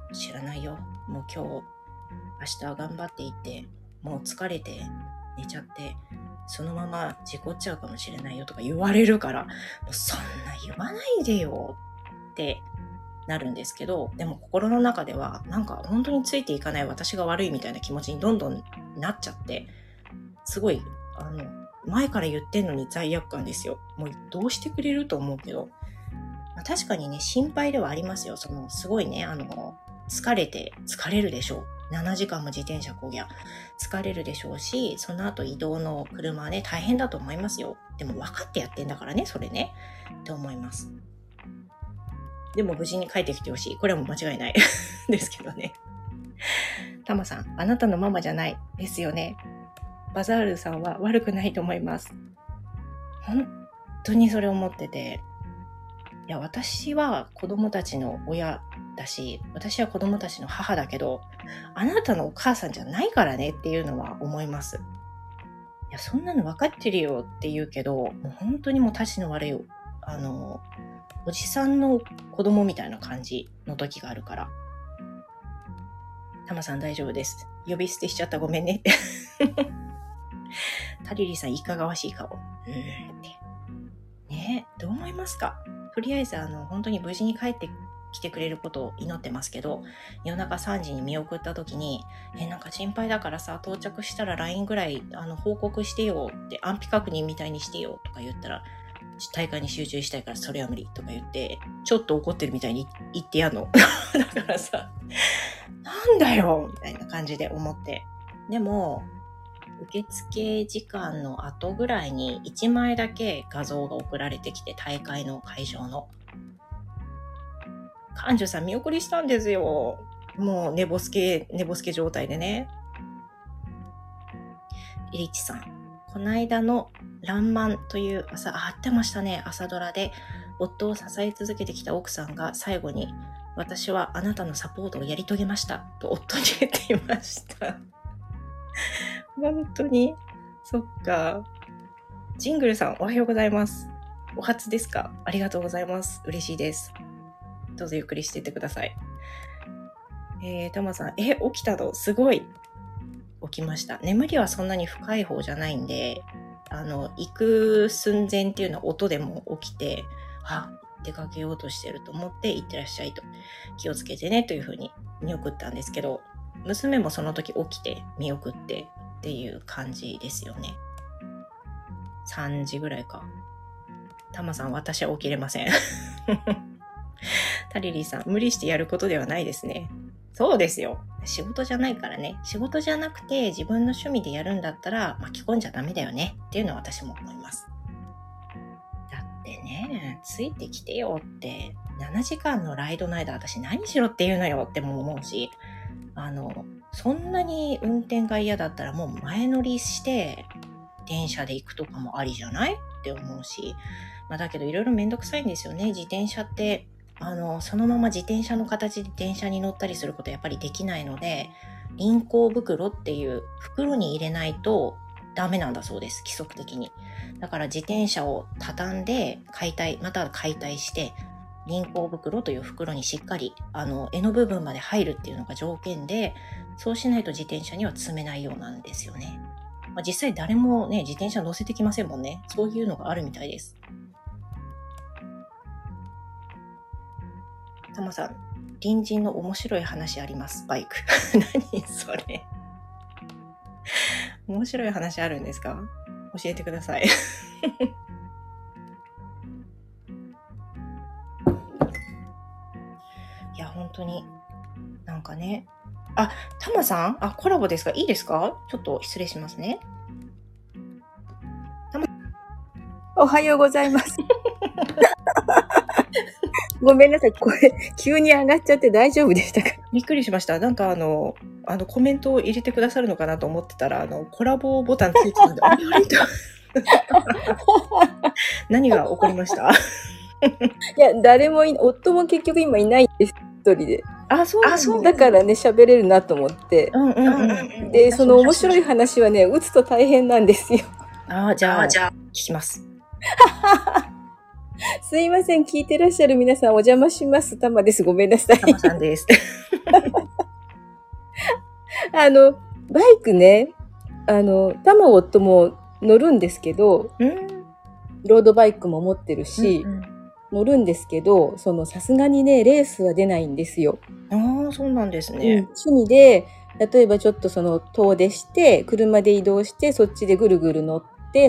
知らないよ。もう今日、明日頑張っていって、もう疲れて寝ちゃって、そのまま事故っちゃうかもしれないよとか言われるから、もうそんな言わないでよってなるんですけど、でも心の中ではなんか本当についていかない私が悪いみたいな気持ちにどんどんなっちゃって、すごい、あの、前から言ってんのに罪悪感ですよ。もうどうしてくれると思うけど、まあ、確かにね、心配ではありますよ。その、すごいね、あの、疲れて、疲れるでしょう。ななじかんも自転車こぎゃ疲れるでしょうし、その後移動の車はね、大変だと思いますよ。でも分かってやってんだからね、それね。って思います。でも無事に帰ってきてほしい。これはもう間違いないですけどね。タマさん、あなたのママじゃないですよね。バザールさんは悪くないと思います。本当にそれ思ってて、いや、私は子供たちの親だし、私は子供たちの母だけど、あなたのお母さんじゃないからねっていうのは思います。いや、そんなの分かってるよって言うけど、もう本当にもうたちの悪い、あの、おじさんの子供みたいな感じの時があるから。タマさん大丈夫です。呼び捨てしちゃったごめんねって。タリリさんいかがわしい顔。うーんって。ねえ、どう思いますか？とりあえずあの本当に無事に帰ってきてくれることを祈ってますけど、夜中さんじに見送った時に、え、なんか心配だからさ、到着したら ライン ぐらいあの報告してよって、安否確認みたいにしてよとか言ったら、大会に集中したいからそれは無理とか言って、ちょっと怒ってるみたいに言ってやんの。だからさ、なんだよみたいな感じで思って。でも、受付時間の後ぐらいにいちまいだけ画像が送られてきて、大会の会場の。館長さん見送りしたんですよ。もう寝ぼすけ、寝ぼすけ状態でね。エリチさん。この間のらんまんという朝、あ、ってましたね。朝ドラで夫を支え続けてきた奥さんが最後に、私はあなたのサポートをやり遂げましたと夫に言っていました。本当にそっか。ジングルさんおはようございます。お初ですか？ありがとうございます。嬉しいです。どうぞゆっくりしていってください。えー、タマさん、え、起きたの？すごい。起きました。眠りはそんなに深い方じゃないんで、あの、行く寸前っていうのは音でも起きて、あ、出かけようとしてると思って行ってらっしゃいと。気をつけてねというふうに見送ったんですけど、娘もその時起きて見送ってっていう感じですよね。さんじぐらいか。タマさん、私は起きれません。タリリーさん、無理してやることではないですね。そうですよ。仕事じゃないからね。仕事じゃなくて自分の趣味でやるんだったら巻き込んじゃダメだよねっていうのは私も思います。だってね、ついてきてよって、ななじかんのライドの間私何しろって言うのよっても思うし、あの、そんなに運転が嫌だったらもう前乗りして電車で行くとかもありじゃないって思うし、まあだけどいろいろめんどくさいんですよね。自転車ってあのそのまま自転車の形で電車に乗ったりすることはやっぱりできないので、輪行袋っていう袋に入れないとダメなんだそうです、規則的に。だから自転車を畳んで解体、または解体して輪行袋という袋にしっかりあの柄の部分まで入るっていうのが条件で、そうしないと自転車には積めないようなんですよね。まあ、実際誰もね自転車乗せてきませんもんね。そういうのがあるみたいです。タマさん、隣人の面白い話あります。バイク。何それ。面白い話あるんですか？教えてください。いや、本当に、なんかね。あ、タマさん？あ、コラボですか？いいですか？ちょっと失礼しますね。タマおはようございます。ごめんなさい。これ、急に上がっちゃって大丈夫でしたか？ びっくりしました。なんかあの、あのコメントを入れてくださるのかなと思ってたら、あの、コラボボタンついてたんで、あれあれと何が起こりました？ いや、誰もい、夫も結局今いないんです。一人で。 あ、そうなんです。 だからね、喋れるなと思って。 うんうんうん。 で、その面白い話はね、打つと大変なんですよ。 あ、じゃあ、じゃあ聞きます。 すいません、聞いてらっしゃる皆さんお邪魔します。たまです。ごめんなさい。 たまさんです。 あの、バイクね、あの、たま夫も乗るんですけど、 うん。 ロードバイクも持ってるし、 うん乗るんですけど、そのさすがにね、レースは出ないんですよ。 うん、ああ、そうなんですうん、 ね。 趣味で、例えばちょっとその遠出して、車で移動して、そっちでぐるぐる乗って、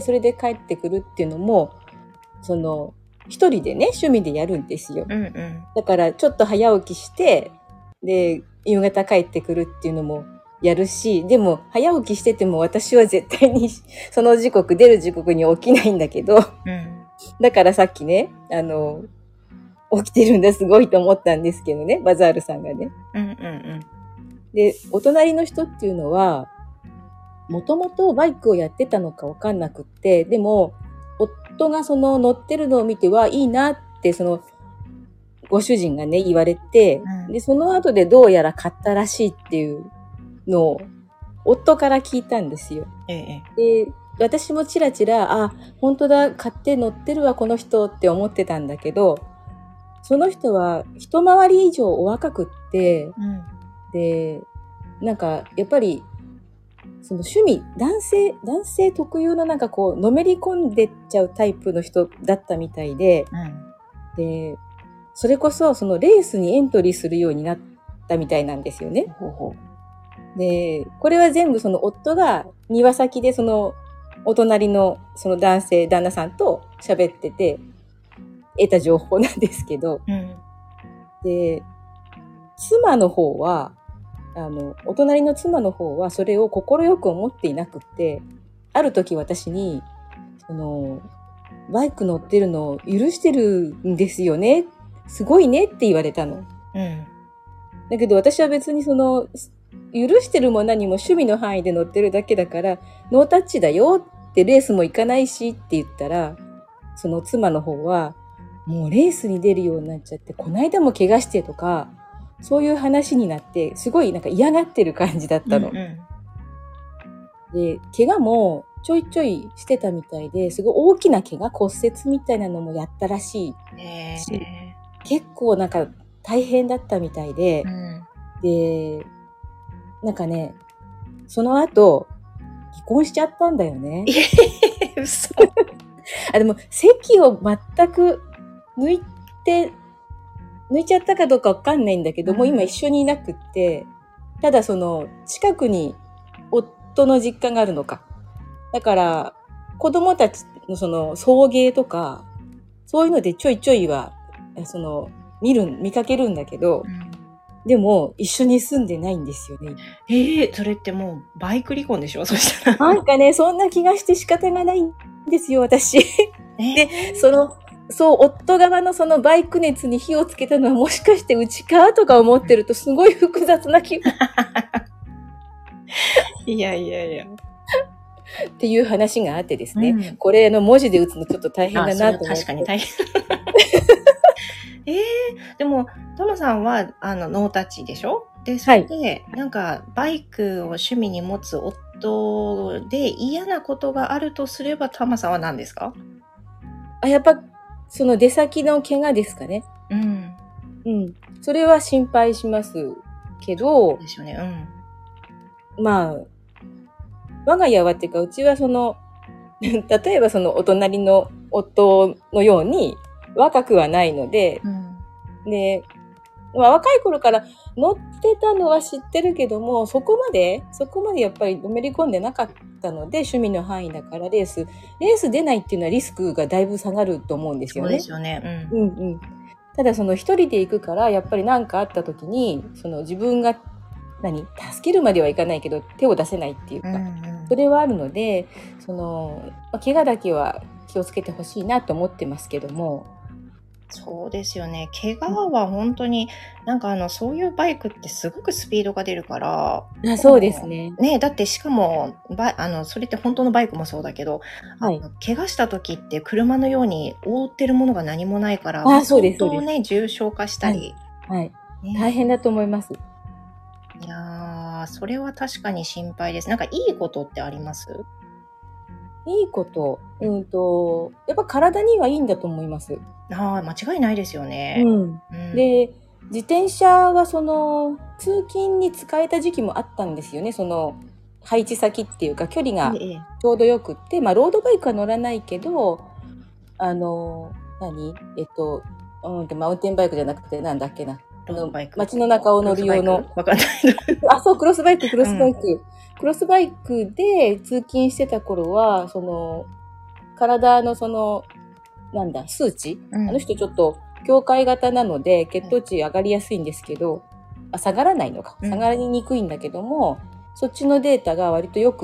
それで帰ってくるっていうのも、その、一人でね、趣味でやるんですよ。 うんうん。 だからちょっと早起きして、で、夕方帰ってくるっていうのもやるし、でも早起きしてても私は絶対にその時刻、出る時刻に起きないんだけど、 うんだからさっきね、あの、起きてるんだすごいと思ったんですけどね、バザールさんがね。 うんうんうん。 で、お隣の人っていうのは、もともとバイクをやってたのかわかんなくって、でも、夫がその乗ってるのを見てはいいなって、その、ご主人がね、言われて、 うんで、その後でどうやら買ったらしいっていうのを、夫から聞いたんですよ。 ええ。 で、私もチラチラ、あ、本当だ、買って乗ってるわ、この人って思ってたんだけど、その人は一回り以上お若くって、 うんで、なんか、やっぱり、その趣味、男性、男性特有のなんかこう、のめり込んでっちゃうタイプの人だったみたいで、 うんで、それこそそのレースにエントリーするようになったみたいなんですよね。 ほうほう。 で、これは全部その夫が庭先でそのお隣のその男性、旦那さんと喋ってて得た情報なんですけど、 うんで、妻の方は、あの、お隣の妻の方はそれを快く思っていなくって、ある時私に、その、バイク乗ってるのを許してるんですよね。すごいねって言われたの。 うんだけど私は別にその、許してるも何も趣味の範囲で乗ってるだけだから、ノータッチだよってレースも行かないしって言ったら、その妻の方は、もうレースに出るようになっちゃって、この間も怪我してとか、そういう話になって、すごいなんか嫌がってる感じだったの。 うんうんで、怪我もちょいちょいしてたみたいで、すごい大きな怪我、骨折みたいなのもやったらしいえし、 え。 結構なんか大変だったみたいでう、んで、なんかね、その後、離婚しちゃったんだよね。 えー、嘘。 あ、でも、席を全く抜いて、抜いちゃったかどうかわかんないんだけど、 うんもう今一緒にいなくって、ただその、近くに夫の実家があるのか。だから、子供たちのその、送迎とか、そういうのでちょいちょいは、その、見る、見かけるんだけど、 うんでも、一緒に住んでないんですよね。 ええ、それってもうバイク離婚でしょそしたら。 なんかね、そんな気がして仕方がないんですよ、私。 えで、その、そう、夫側のそのバイク熱に火をつけたのはもしかしてうちかとか思ってるとすごい複雑な気分いやいやいや。 っていう話があってですね。 うんこれの文字で打つのちょっと大変あ、 だそれなと思って。 確かに大変。ええでも、トモさんは、あの、ノータッチでしょで、それで、なんか、バイクを趣味に持つ夫で嫌なことがあるとすれば、タマさんは何ですか？ あ、やっぱ、その出先の怪我ですかね。 うん。 うん。それは心配しますけど、 ですよね。 まあ、我が家はっていうか、うちはその、例えばそのお隣の夫のように若くはないので、 うん。 で、まあ、若い頃から乗ってたのは知ってるけども、そこまで、そこまでやっぱりのめり込んでなかったので、趣味の範囲だからレース、レース出ないっていうのはリスクがだいぶ下がると思うんですよね。 そうですよね。 うんうん。ただその一人で行くから、やっぱり何かあった時に、その自分が、何助けるまではいかないけど、手を出せないっていうか、 うん。うんそれはあるので、その、まあ怪我だけは気をつけてほしいなと思ってますけども。 そうですよね。怪我は本当に、なんかあの、そういうバイクってすごくスピードが出るから。 あ、そうですね。 ね、だってしかも、バイあの、それって本当のバイクもそうだけど、 はいあの怪我した時って車のように覆ってるものが何もないから、 あそうです相当ね、重症化したり。 はい。 ね大変だと思います。 いやー、それは確かに心配です。なんかいいことってあります？ いいこと。うんと、やっぱ体にはいいんだと思います。 ああ、間違いないですよね。 うん。 うん、 で、自転車はその、通勤に使えた時期もあったんですよね。その、配置先っていうか、距離がええ、 ちょうどよくって、まあ、ロードバイクは乗らないけど、あの、何えっと、うんと、マウンテンバイクじゃなくて、なんだっけな。あの、 ロードバイク。 街の中を乗る用の。 わかんない。 あ、そう、クロスバイク、クロスバイク。うん、クロスバイクで通勤してた頃は、その、体のその、なんだ、数値、うん、あの人ちょっと、境界型なので、血糖値上がりやすいんですけど、あ、下がらないのか。下がりにくいんだけども、うん、そっちのデータが割と良くって、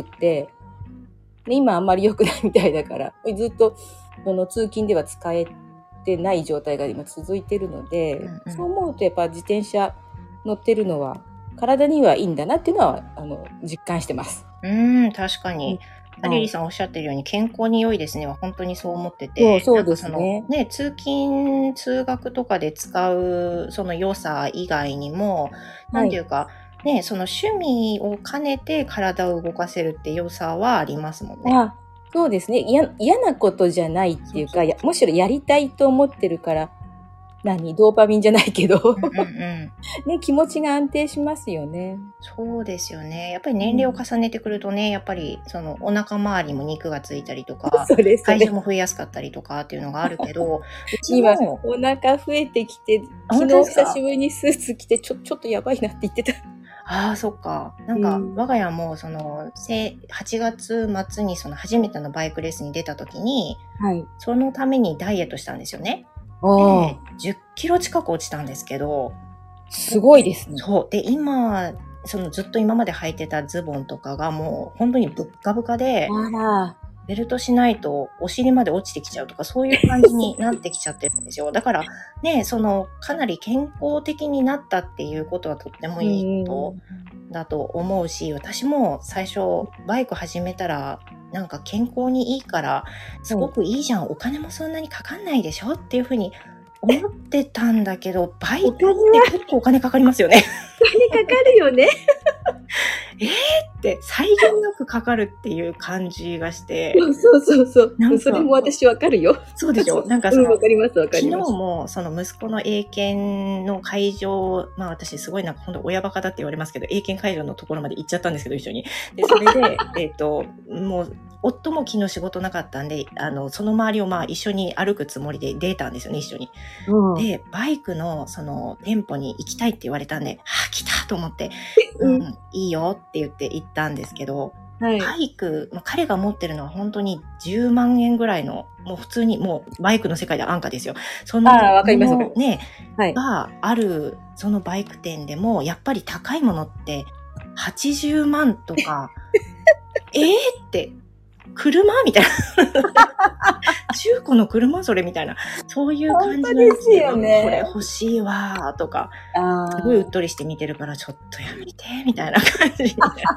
で今あんまり良くないみたいだから、ずっと、その通勤では使えてない状態が今続いてるので、うんうん、そう思うとやっぱ自転車乗ってるのは、体にはいいんだなっていうのは、あの、実感してます。 うん、確かに。うん、リリーさんおっしゃってるように健康に良いですねは本当にそう思ってて、 そうそうですね。 ね、通勤通学とかで使うその良さ以外にも、なんていうか、ね、その趣味を兼ねて体を動かせるって良さはありますもんね。 あ、そうですね。嫌なことじゃないっていうか、そうそうそう、むしろやりたいと思ってるから、何ドーパミンじゃないけど、うんうんうんね、気持ちが安定しますよね。 そうですよね。やっぱり年齢を重ねてくるとね、うん、やっぱりそのお腹周りも肉がついたりとか、 それそれ体重も増えやすかったりとかっていうのがあるけど、うち今お腹増えてきて、昨日久しぶりにスーツ着てちょちょっとやばいなって言ってた。 ああ、そっか。なんか、うん、我が家も、その、はちがつ末にその初めてのバイクレースに出た時に、はい、そのためにダイエットしたんですよね。で、じゅっキロ近く落ちたんですけど。 すごいですね。 そう。で、今、そのずっと今まで履いてたズボンとかがもう本当にぶっかぶかで、 あら。 ベルトしないとお尻まで落ちてきちゃうとかそういう感じになってきちゃってるんですよ。だからね、そのかなり健康的になったっていうことはとってもいいことだと思うし、私も最初バイク始めたらなんか健康にいいからすごくいいじゃん、うん、お金もそんなにかかんないでしょっていうふうに思ってたんだけど、バイクって結構お金かかりますよね。 お金かかるよね。 えーって際限なくかかるっていう感じがして。 そうそうそう。なんかそれも私わかるよ。 そうでしょ。なんかその、 うん、わかりますわかります。 昨日もその息子の英検の会場、まあ私すごいなんか本当親バカだって言われますけど、英検会場のところまで行っちゃったんですけど、一緒に。で、それで、えっと、もう、夫も昨日仕事なかったんで、あの、その周りをまあ一緒に歩くつもりで出たんですよね、一緒に。うん、で、バイクのその店舗に行きたいって言われたんで、はぁ、来たと思って、うん、いいよって言って行ったんですけど、はい、バイク、彼が持ってるのは本当にじゅうまんえんぐらいの、もう普通にもうバイクの世界で安価ですよ。そのあ、わかりますね、はい、があるそのバイク店でもやっぱり高いものってはちじゅうまんとか、えーって車みたいな中古の車それみたいなそういう感じなんですよね。 これ欲しいわとか、すごいうっとりして見てるからちょっとやめてみたいな感じで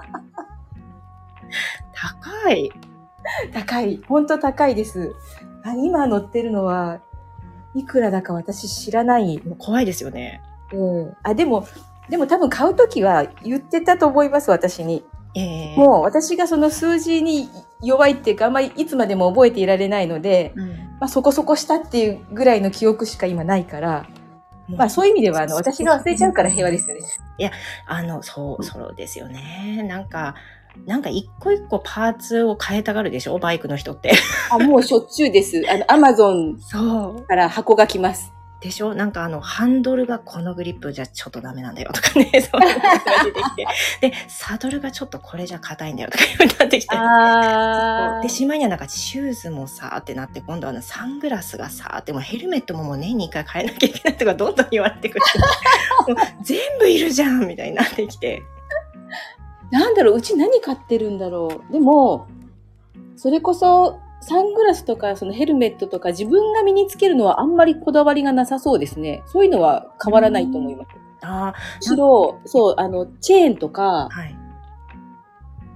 高い。 高い。ほんと高いです。あ、今乗ってるのは、いくらだか私知らない。 もう怖いですよね。 うん。あ、でも、でも多分買うときは言ってたと思います、私に。 えー、 もう私がその数字に弱いっていうか、あんまりいつまでも覚えていられないので、うん、まあそこそこしたっていうぐらいの記憶しか今ないから、まあそういう意味では、あの、私が忘れちゃうから平和ですよね。 いや、あの、そう、そうですよね。なんか、なんか一個一個パーツを変えたがるでしょバイクの人って。 あ、もうしょっちゅうです。あの、アマゾンから箱が来ます。 でしょなんかあの、ハンドルがこのグリップじゃちょっとダメなんだよとかね、そういうのが出てきて。で、サドルがちょっとこれじゃ硬いんだよとかいう風になってきて。 あで、しまいにはなんかシューズもさーってなって、今度はのサングラスがさーって、もうヘルメットももう年にいっかい変えなきゃいけないとかどんどん言われてくる。もう全部いるじゃんみたいになってきて。 なんだろう、うち何買ってるんだろう。でも、それこそ、サングラスとか、そのヘルメットとか、自分が身につけるのはあんまりこだわりがなさそうですね。そういうのは変わらないと思います。 ああ。 むしろ、そう、あの、チェーンとか、はい、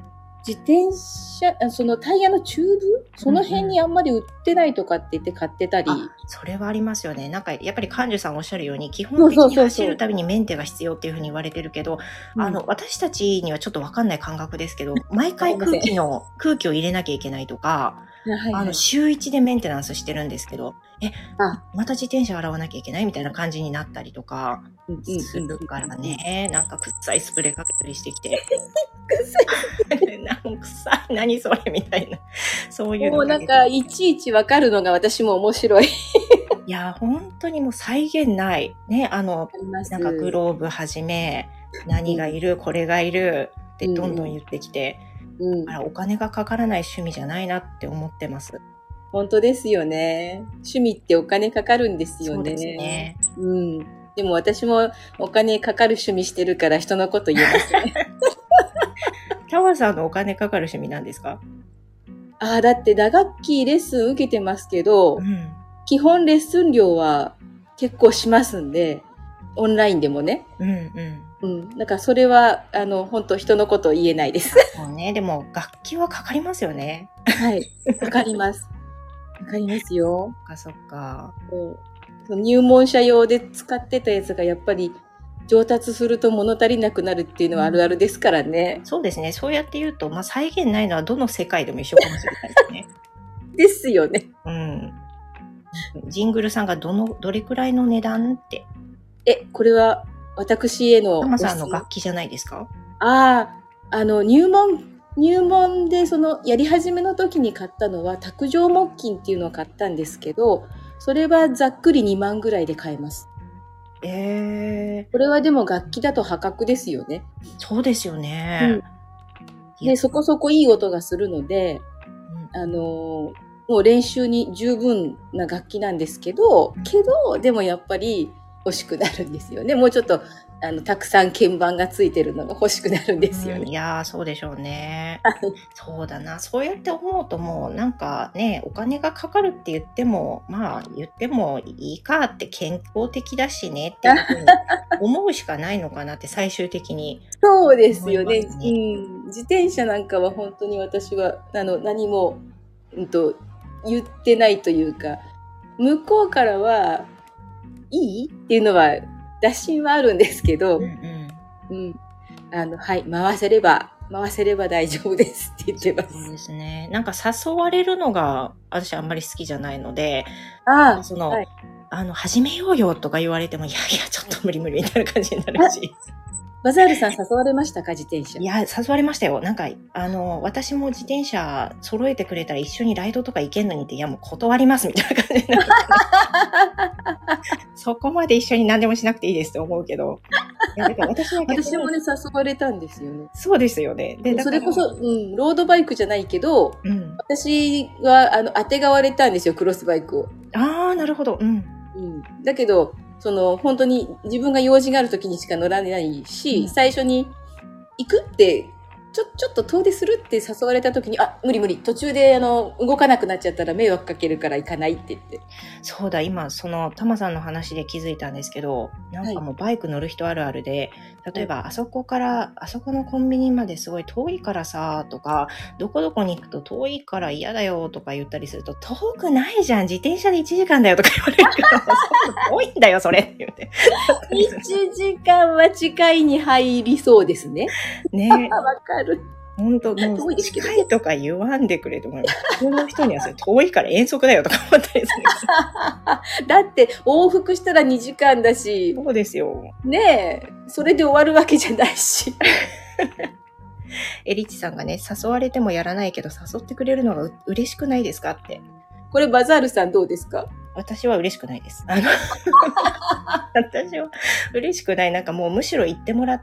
自転車、あそのタイヤのチューブその辺にあんまり売ってないとかって言って買ってたり。 あ、それはありますよね。なんか、やっぱり幹事さんおっしゃるように、基本的にそうそうそうそう走るたびにメンテが必要っていうふうに言われてるけど、 うんあの、私たちにはちょっとわかんない感覚ですけど、毎回空気の、空気を入れなきゃいけないとか、 はいはい、 あの、週一でメンテナンスしてるんですけど、え、 あまた自転車洗わなきゃいけないみたいな感じになったりとかうんうんするからね、なんか臭いスプレーかけたりしてきて、 臭いなんか臭い、何それみたいな、そういうのもうなんか、いちいちわかるのが私も面白い。 いや、本当にもう再現ない。ね、あの、なんかグローブはじめ、何がいる、これがいるってどんどん言ってきて、 うん、 だからお金がかからない趣味じゃないなって思ってます。 本当ですよね。趣味ってお金かかるんですよね。 そうですね。 うん。でも私もお金かかる趣味してるから人のこと言えますね。 タワさんのお金かかる趣味なんですか？ ああ、だって打楽器レッスン受けてますけど、 うん、 基本レッスン料は結構しますんで、オンラインでもね。 うん、うん。 うん。だからそれは、あの、本当人のこと言えないです。 そうね。でも楽器はかかりますよね。 はい。かかります。かかりますよ。 そっかそっか。 その入門者用で使ってたやつがやっぱり上達すると物足りなくなるっていうのはあるあるですからね。 そうですね。そうやって言うと、まあ、再現ないのはどの世界でも一緒かもしれないですね。 ですよね。 うん。ジングルさんがどの、どれくらいの値段って。 え、これは私への。 タマさんの楽器じゃないですか？ ああ、あの、入門、入門でそのやり始めの時に買ったのは卓上木琴っていうのを買ったんですけど、それはざっくりにまんぐらいで買えます。 えー、 これはでも楽器だと破格ですよね。 そうですよね。 うん、で、そこそこいい音がするので、うん、あのー、もう練習に十分な楽器なんですけど、けど、でもやっぱり欲しくなるんですよね。もうちょっと、あの、たくさん鍵盤がついてるのが欲しくなるんですよね。 うん、いやー、そうでしょうね。そうだな。そうやって思うともうなんかね、お金がかかるって言っても、まあ言ってもいいかって健康的だしねっていうふうに思うしかないのかなって最終的に、ね。 そうですよね。うん。自転車なんかは本当に私は、あの、何も、うんと、言ってないというか、向こうからは、いいっていうのは、打診はあるんですけど、うん、うん、あの、はい、回せれば、回せれば大丈夫ですって言ってます。 そうですね。なんか誘われるのが、私あんまり好きじゃないので、 ああ、 その、 はい、 あの、始めようよとか言われても、いやいや、ちょっと無理無理みたいな感じになるし。 バザールさん誘われましたか、自転車？ いや、誘われましたよ。なんか、あの、私も自転車揃えてくれたら一緒にライドとか行けんのにって、いや、もう断りますみたいな感じになる。そこまで一緒に何でもしなくていいですと思うけど。いやだから私は私もね、誘われたんですよね。 そうですよね。 で、それこそ、うん、ロードバイクじゃないけど、 うん、 私は、あの、当てがわれたんですよ、クロスバイクを。 ああ、なるほど。うん。 うん。だけど、その、本当に自分が用事がある時にしか乗らないし、うん、最初に行くって、ちょ、ちょっと遠出するって誘われた時に、あ、無理無理。途中で、あの、動かなくなっちゃったら迷惑かけるから行かないって言って。 そうだ、今、その、タマさんの話で気づいたんですけど、なんかもうバイク乗る人あるあるで、はい、例えば、あそこから、あそこのコンビニまですごい遠いからさ、とか、どこどこに行くと遠いから嫌だよ、とか言ったりすると、遠くないじゃん、自転車でいちじかんだよ、とか言われるけど、遠いんだよ、それって言って。 いちじかんは近いに入りそうですね。 ね。 わかる。 本当もう近いとか言わんでくれと思います。普通の人にはそれ遠いから遠足だよとか思ったりする。 だって往復したらにじかんだし。 そうですよ。 ねえ。それで終わるわけじゃないし。 エリッチさんがね、誘われてもやらないけど誘ってくれるのがう嬉しくないですかって。 これバザールさんどうですか？ 私は嬉しくないです。あの私は嬉しくない。なんかもうむしろ行ってもらって、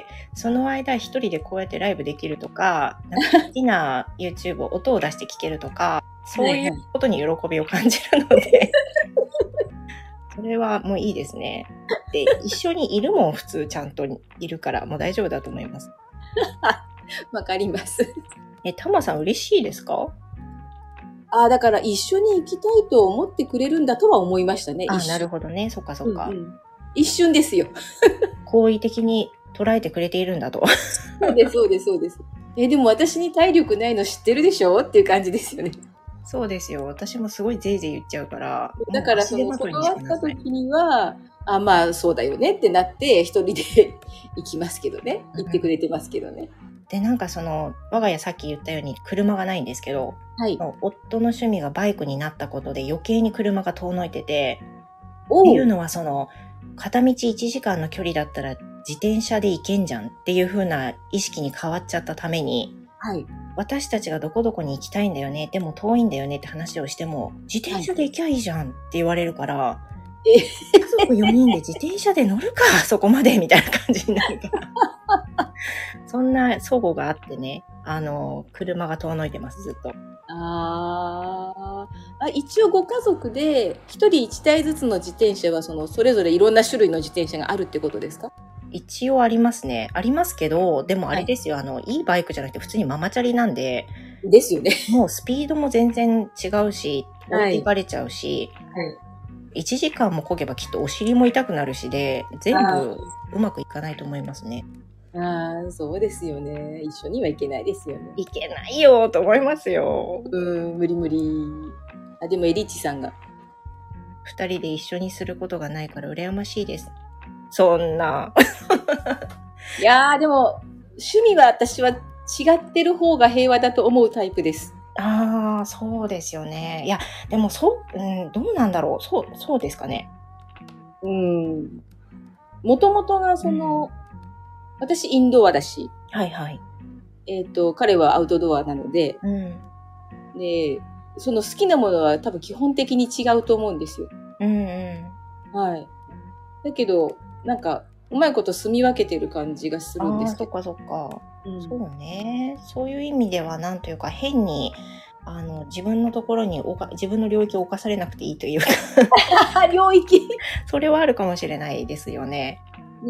その間一人でこうやってライブできるとか、なんか好きな YouTube を音を出して聴けるとか、そういうことに喜びを感じるので、それはもういいですね。で、一緒にいるもん普通ちゃんといるからもう大丈夫だと思います。 わかります。 え、タマさん嬉しいですか？ ああ、だから一緒に行きたいと思ってくれるんだとは思いましたね。 あ、なるほどね。そっかそっか。 うんうん、一瞬ですよ。 好意的に捉えてくれているんだと。 そうです、そうです、そうです。 え、でも私に体力ないの知ってるでしょっていう感じですよね。 そうですよ。私もすごいぜいぜい言っちゃうから、 だから、その、断った時には、あ、まあ、そうだよねってなって、一人で行きますけどね。行ってくれてますけどね。 で、なんかその、我が家さっき言ったように車がないんですけど、 はい。 夫の趣味がバイクになったことで余計に車が遠のいてて、っていうのはその、片道いちじかんの距離だったら自転車で行けんじゃんっていう風な意識に変わっちゃったために、はい、私たちがどこどこに行きたいんだよね、でも遠いんだよねって話をしても、自転車で行きゃいいじゃんって言われるから、はい、家族よにんで自転車で乗るか、そこまでみたいな感じになるから。そんな齟齬があってね、あの、車が遠のいてます、ずっと。 ああ、一応ご家族で一人一台ずつの自転車はそのそれぞれいろんな種類の自転車があるってことですか？ 一応ありますね。ありますけど、でもあれですよ、はい、あの、いいバイクじゃなくて普通にママチャリなんで。 ですよね。 もうスピードも全然違うし、置いていかれちゃうし、はいはい、いちじかんも漕げばきっとお尻も痛くなるしで、全部うまくいかないと思いますね。 ああ、そうですよね。一緒には行けないですよね。 行けないよと思いますよ。 うん、無理無理。あ、でもエリッチさんが。 二人で一緒にすることがないから羨ましいです。そんな。 いやー、でも、趣味は私は違ってる方が平和だと思うタイプです。 ああ、そうですよね。いや、でもそう、うん、どうなんだろう。そう、そうですかね。 うん。もともとがその、うん私、インドアだし。 はいはい。 えっと、彼はアウトドアなので、うん、で、その好きなものは多分基本的に違うと思うんですよ。うんうん。はい。だけど、なんか、うまいこと住み分けてる感じがするんですけど。 ああ、そっかそっか。うん、そうね。そういう意味では、なんというか、変に、あの、自分のところにおか、自分の領域を侵されなくていいというか。 領域それはあるかもしれないですよね。 うん、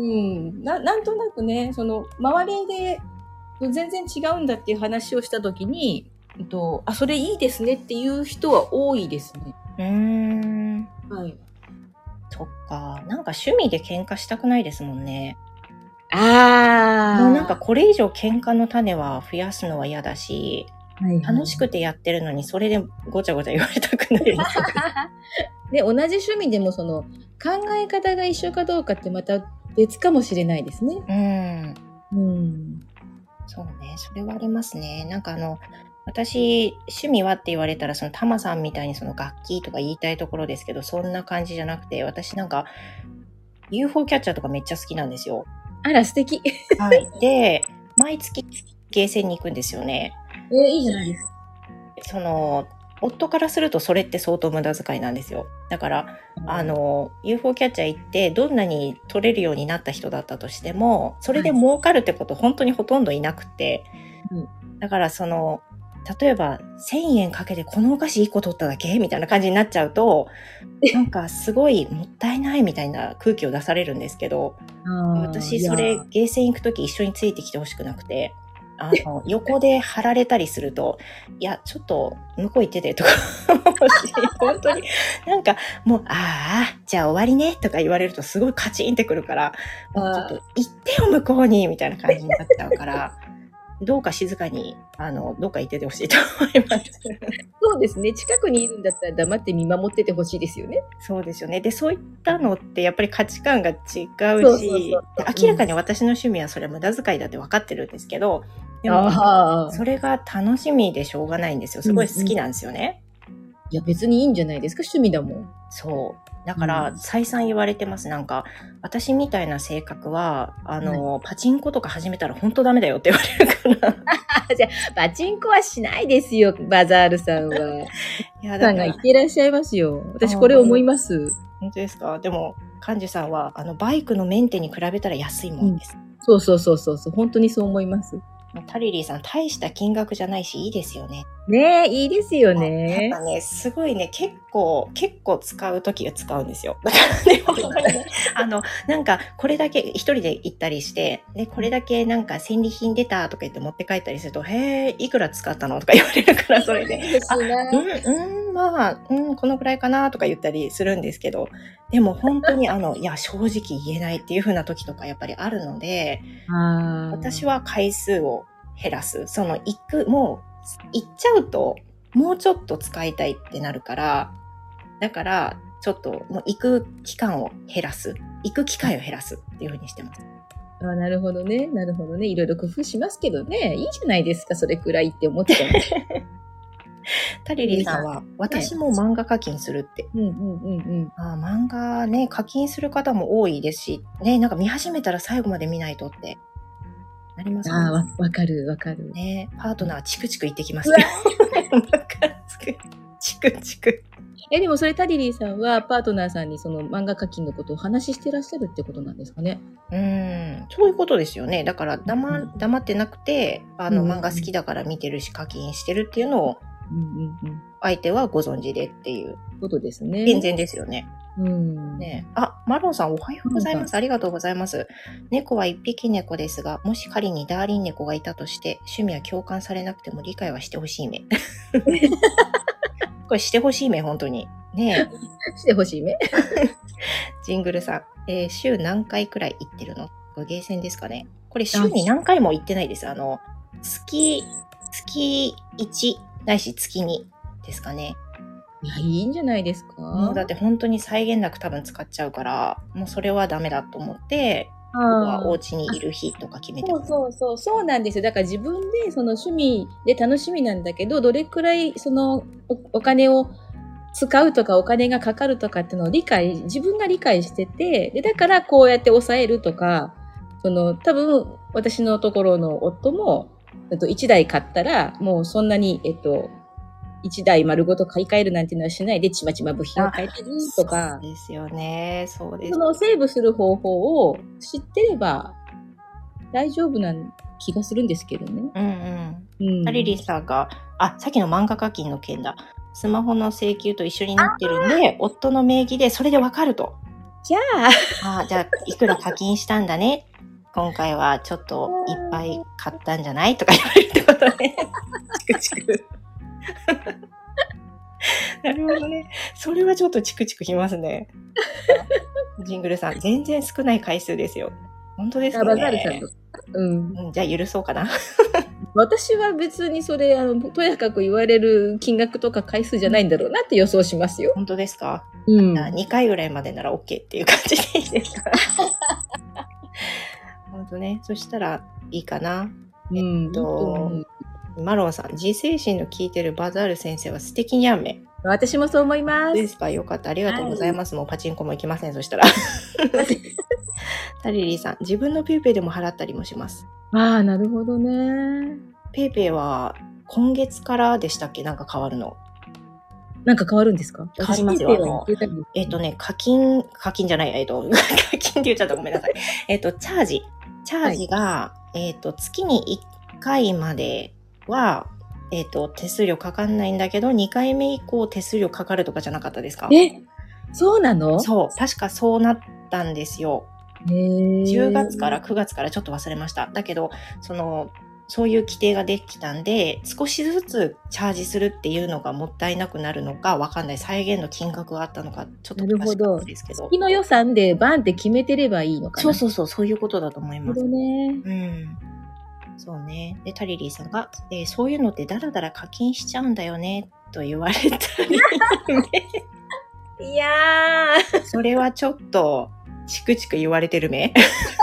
な, なんとなくね、その周りで全然違うんだっていう話をしたときに、えっと、あ、それいいですねっていう人は多いですね。 うーん。はい。そっか。なんか趣味で喧嘩したくないですもんね。ああ。もうなんかこれ以上喧嘩の種は増やすのは嫌だし、はいはい、楽しくてやってるのにそれでごちゃごちゃ言われたくないです。 で、同じ趣味でもその考え方が一緒かどうかってまた別かもしれないですね。 うん。うん。そうね。それはありますね。なんかあの、私、趣味はって言われたら、そのタマさんみたいにその楽器とか言いたいところですけど、そんな感じじゃなくて、私なんか、ユーフォー キャッチャーとかめっちゃ好きなんですよ。 あら、素敵。 はい。で、毎月ゲーセンに行くんですよね。 えー、いいじゃないですか。 その、夫からするとそれって相当無駄遣いなんですよ。だから、あの、ユーフォー キャッチャー行ってどんなに取れるようになった人だったとしても、それで儲かるってこと本当にほとんどいなくて、はい、だからその、例えばせんえんかけてこのお菓子いっこ取っただけみたいな感じになっちゃうと、なんかすごいもったいないみたいな空気を出されるんですけど、私それゲーセン行くとき一緒についてきてほしくなくて、あの、横で貼られたりすると、いや、ちょっと、向こう行ってて、とか、本当に、なんか、もう、ああ、じゃあ終わりね、とか言われると、すごいカチンってくるから、もうちょっと、行ってよ、向こうに、みたいな感じになっちゃうから、どうか静かに、あの、どっか行っててほしいと思います。 そうですね。近くにいるんだったら黙って見守っててほしいですよね。 そうですよね。で、そういったのってやっぱり価値観が違うし、明らかに私の趣味はそれは無駄遣いだって分かってるんですけど、でも、それが楽しみでしょうがないんですよ。すごい好きなんですよね。 うんうん、いや、別にいいんじゃないですか、趣味だもん。 そう。だから、再三言われてます。なんか、私みたいな性格は、あの、はい、パチンコとか始めたら本当ダメだよって言われるから。 じゃあ、パチンコはしないですよ、バザールさんは。いや、だから。さんが言っていらっしゃいますよ。私これ思います。 本当ですか？でも、幹事さんは、あの、バイクのメンテに比べたら安いもんです。 うん、そうそうそうそうそう。本当にそう思います。 タリリーさん、大した金額じゃないし、いいですよね。 ねえ、いいですよね。 ただね、すごいね、結構、結構使うときは使うんですよ。だからね、本当にね、あの、なんか、これだけ、一人で行ったりして、で、これだけなんか戦利品出たとか言って持って帰ったりすると、へえ、いくら使ったのとか言われるから、それで、あ、うん、うん、まあ、うん、このくらいかなとか言ったりするんですけど、でも本当にあの、いや、正直言えないっていう風な時とかやっぱりあるので、私は回数を減らす。その行く、もう行っちゃうともうちょっと使いたいってなるから、だからちょっともう行く期間を減らす。行く機会を減らすっていう風にしてます。 あ、なるほどね。なるほどね。いろいろ工夫しますけどね。いいじゃないですか、それくらいって思っちゃう。 タリリーさんは、私も漫画課金するって。 うんうんうんうん。 あ、漫画ね、課金する方も多いですし、ね、なんか見始めたら最後まで見ないとってなりますね。 ああ、わ、わかるわかる。 ね、パートナーチクチク言ってきますね。チクチク。 え、でもそれタリリーさんはパートナーさんにその漫画課金のことをお話ししてらっしゃるってことなんですかね。 うーん、そういうことですよね。だから黙、黙ってなくて、あの、漫画好きだから見てるし課金してるっていうのを、 うんうんうん、 相手はご存知でっていうことですね。 健全ですよね。 うん、 ね、あ、マロンさんおはようございます。ありがとうございます。猫は一匹猫ですが、もし仮にダーリン猫がいたとして、趣味は共感されなくても理解はしてほしいめ。これしてほしいめ、本当に。ねえ。してほしいめ。 ジングルさん、えー、週何回くらい行ってるの？これゲーセンですかね。これ週に何回も行ってないです。あの、月、月いちないし月にですかね。 いや、いいんじゃないですか。 もうだって本当に際限なく多分使っちゃうから、もうそれはダメだと思って、はお家にいる日とか決めてます。 そうそうそう、そうなんですよ。だから自分でその趣味で楽しみなんだけど、どれくらいその お, お金を使うとかお金がかかるとかっていうのを理解、自分が理解してて、でだからこうやって抑えるとか、その多分私のところの夫も、えっと、いちだい買ったらもうそんなに、えっと、いちだい丸ごと買い替えるなんていうのはしないで、ちまちま部品を変えてるとか。 そうですよね。そうです。 そのセーブする方法を知ってれば大丈夫な気がするんですけどね。 うんうん。タリリさんが、あ、さっきの漫画課金の件だ。スマホの請求と一緒になってるんで、夫の名義でそれでわかると。 じゃあ。あ、じゃあ、いくら課金したんだね。今回はちょっといっぱい買ったんじゃないとか言われるってことね。チクチク。なるほどね。それはちょっとチクチクきますね。ジングルさん、全然少ない回数ですよ。本当ですかね。 バザールさんと。うん。 うん、じゃあ許そうかな。 私は別にそれ、あの、とやかく言われる金額とか回数じゃないんだろうなって予想しますよ。 本当ですか？ うん。 にかいぐらいまでなら OK っていう感じでいいですか？本当ね。そしたらいいかな。 うん、えっと、 マロンさん、自制心の効いてるバザール先生は素敵にゃんめ。 私もそう思います。 ですか？よかった。ありがとうございます。はい、もうパチンコも行きません。そしたら。タリリーさん、自分のペイペイでも払ったりもします。 ああ、なるほどね。 ペイペイは今月からでしたっけ？なんか変わるの。 なんか変わるんですか？ 変わりますよ。えっとね、課金、課金じゃない、えっと、課金って言っちゃった。ごめんなさい。えっと、チャージ。チャージが、はい、えっと、月にいっかいまでは、えっと、手数料かかんないんだけど、にかいめ以降手数料かかるとかじゃなかったですか？ え、そうなの？ そう、確かそうなったんですよ。 へじゅうがつからくがつからちょっと忘れました。だけど、その、そういう規定ができたんで、少しずつチャージするっていうのがもったいなくなるのかわかんない。再現の金額があったのか、ちょっと詳しかったですけど。 月の予算でバンって決めてればいいのかな。 そうそうそう、そういうことだと思います。 なるほどね。 うん。そうね。で、タリリーさんが、えー、そういうのってだらだら課金しちゃうんだよね、と言われたり、 いやー。 それはちょっと、チクチク言われてるめ。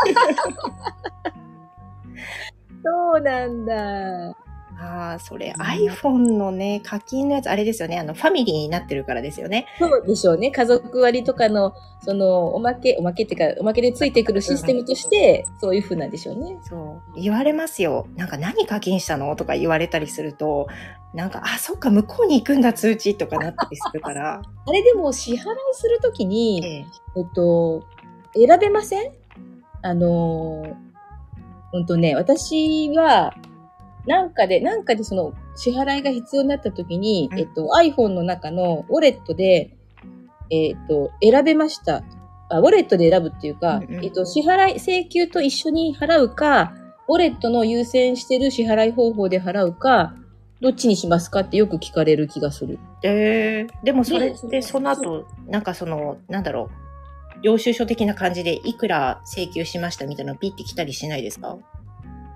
そうなんだ。 ああ、それ iPhone のね、課金のやつ、あれですよね。あの、ファミリーになってるからですよね。 そうでしょうね。家族割とかの、その、おまけ、おまけっていうか、おまけでついてくるシステムとして、そういう風なんでしょうね。 そう。言われますよ。なんか何課金したのとか言われたりすると、なんか、あ、そっか、向こうに行くんだ、通知とかなったりするから。 あれでも支払いするときに、ええ、えっと、選べません？あの、うんとね、私は、なんかで、なんかでその支払いが必要になった時に、うん、えっと、iPhone の中のウォレットで、えっと、選べました。あ、ウォレットで選ぶっていうか、うんうん、えっと、支払い、請求と一緒に払うか、ウォレットの優先してる支払い方法で払うか、どっちにしますかってよく聞かれる気がする。 えー、でもそれってその後、なんかその、なんだろう、領収書的な感じでいくら請求しましたみたいなのピッて来たりしないですか？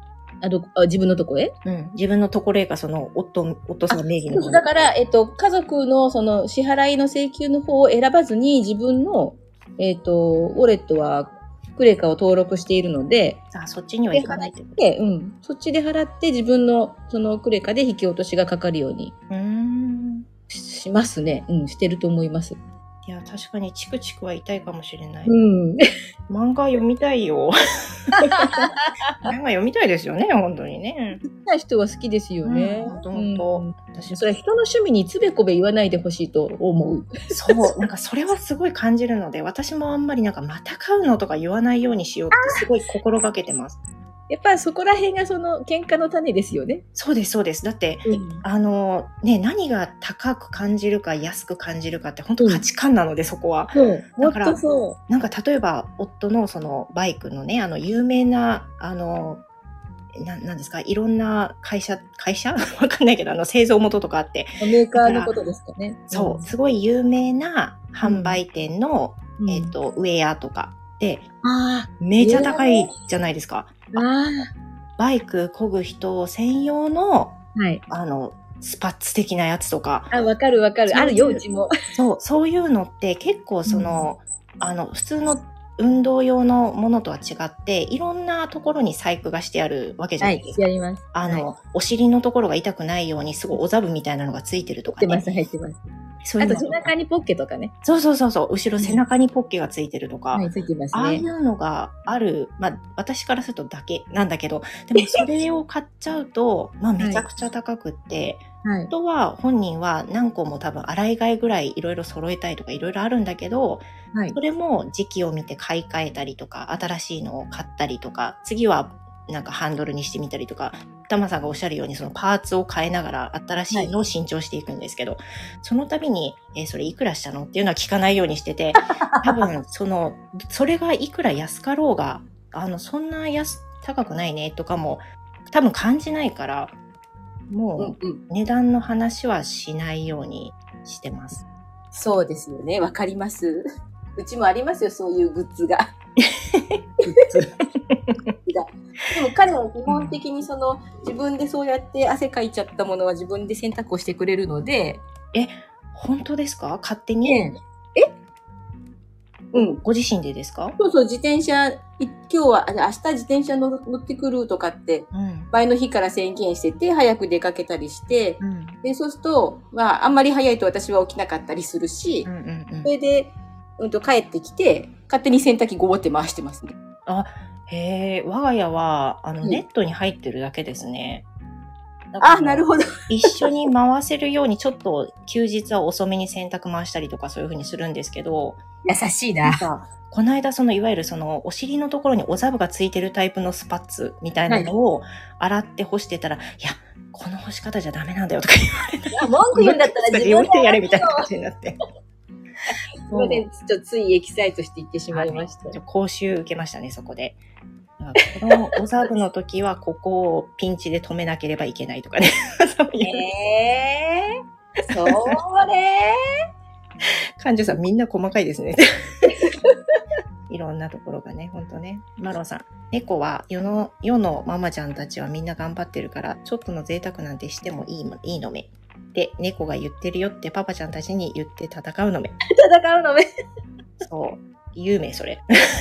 あどあ自分のとこへうん。自分のところへか、その、夫、夫さん名義のそうそうだから、えっと、家族のその支払いの請求の方を選ばずに自分の、えっと、ウォレットはクレカを登録しているので、 あ、そっちには行かないってことで、うん。そっちで払って自分のそのクレカで引き落としがかかるようにうーん。 しますね。うん、してると思います。 いや、確かにチクチクは痛いかもしれない。 うん。 漫画読みたいよ。漫画読みたいですよね、本当にね。 好きな人は好きですよね。 うん、本当本当。 うん私それは人の趣味につべこべ言わないでほしいと思う。 そう、なんかそれはすごい感じるので、私もあんまりなんかまた買うのとか言わないようにしようってすごい心がけてます。 やっぱりそこら辺がその喧嘩の種ですよね。 そうです、そうです。だって、 うん、 あの、ね、何が高く感じるか安く感じるかって本当価値観なので、うん、そこは。 そう。 だから、 ほんとそう。 なんか例えば、夫のそのバイクのね、あの、有名な、あの、ななんですか、いろんな会社、会社わかんないけど、あの、製造元とかあって。 メーカーのことですかね。 そう、すごい有名な販売店の、うん、えっと、ウェアとかで、 あめちゃ高いじゃないですか。 あバイク漕ぐ人専用の、 はい、 あの、スパッツ的なやつとか。 あ、わかるわかる。あるよ、うちも。 そう、そういうのって結構その、うん、あの、普通の運動用のものとは違って、いろんなところに細工がしてあるわけじゃないですか。 はい、やります。 あの、 はい、 お尻のところが痛くないように、すごいお座布みたいなのがついてるとかね。 入ってます、入ってます。 そういうのあと背中にポッケとかね。 そうそうそうそう。後ろ背中にポッケがついてるとか。 はい、ついてますね。 ああいうのがある。まあ、私からするとだけなんだけど、でもそれを買っちゃうと、まあめちゃくちゃ高くって、はい、あとは本人は何個も多分洗い替えぐらいいろいろ揃えたいとかいろいろあるんだけど、はい、それも時期を見て買い替えたりとか、新しいのを買ったりとか、次はなんかハンドルにしてみたりとか、タマさんがおっしゃるようにそのパーツを変えながら新しいのを新調していくんですけど、はい、その度に、えー、それいくらしたのっていうのは聞かないようにしてて、多分その、それがいくら安かろうが、あの、そんな安、高くないねとかも多分感じないから、もう値段の話はしないようにしてます。 うんうん、そうですよね。わかります。うちもありますよ、そういうグッズが。グッズでも彼は基本的にその自分でそうやって汗かいちゃったものは自分で洗濯をしてくれるので。 え、本当ですか？勝手に？ ね、えうん。ご自身でですか？ そうそう、自転車、今日は、明日自転車乗ってくるとかって、うん、前の日から宣言してて、早く出かけたりして、うん、で、そうすると、まあ、あんまり早いと私は起きなかったりするし、うんうんうん、それで、うんと帰ってきて、勝手に洗濯機ゴボって回してますね。 あ、へえ、我が家は、あの、うん、ネットに入ってるだけですね。 あ、なるほど。 一緒に回せるように、ちょっと休日は遅めに洗濯回したりとかそういう風にするんですけど。 優しいな。 なんかこの間、その、いわゆるその、お尻のところにお座布がついてるタイプのスパッツみたいなのを洗って干してたら、はい、いや、この干し方じゃダメなんだよとか言われた。 いや、文句言うんだったら自分でやれみたいな感じになって。 すみません、ちょっとついエキサイトして言ってしまいました。 はい、講習受けましたね、そこで。このお座布の時はここをピンチで止めなければいけないとかね。そういう。 えー、それ館長さんみんな細かいですね。いろんなところがね、ほんとね。マロンさん、猫は世の、世のママちゃんたちはみんな頑張ってるから、ちょっとの贅沢なんてしてもいい、いいのめ。で、猫が言ってるよってパパちゃんたちに言って戦うのめ。 戦うのめ。 そう。有名、それ。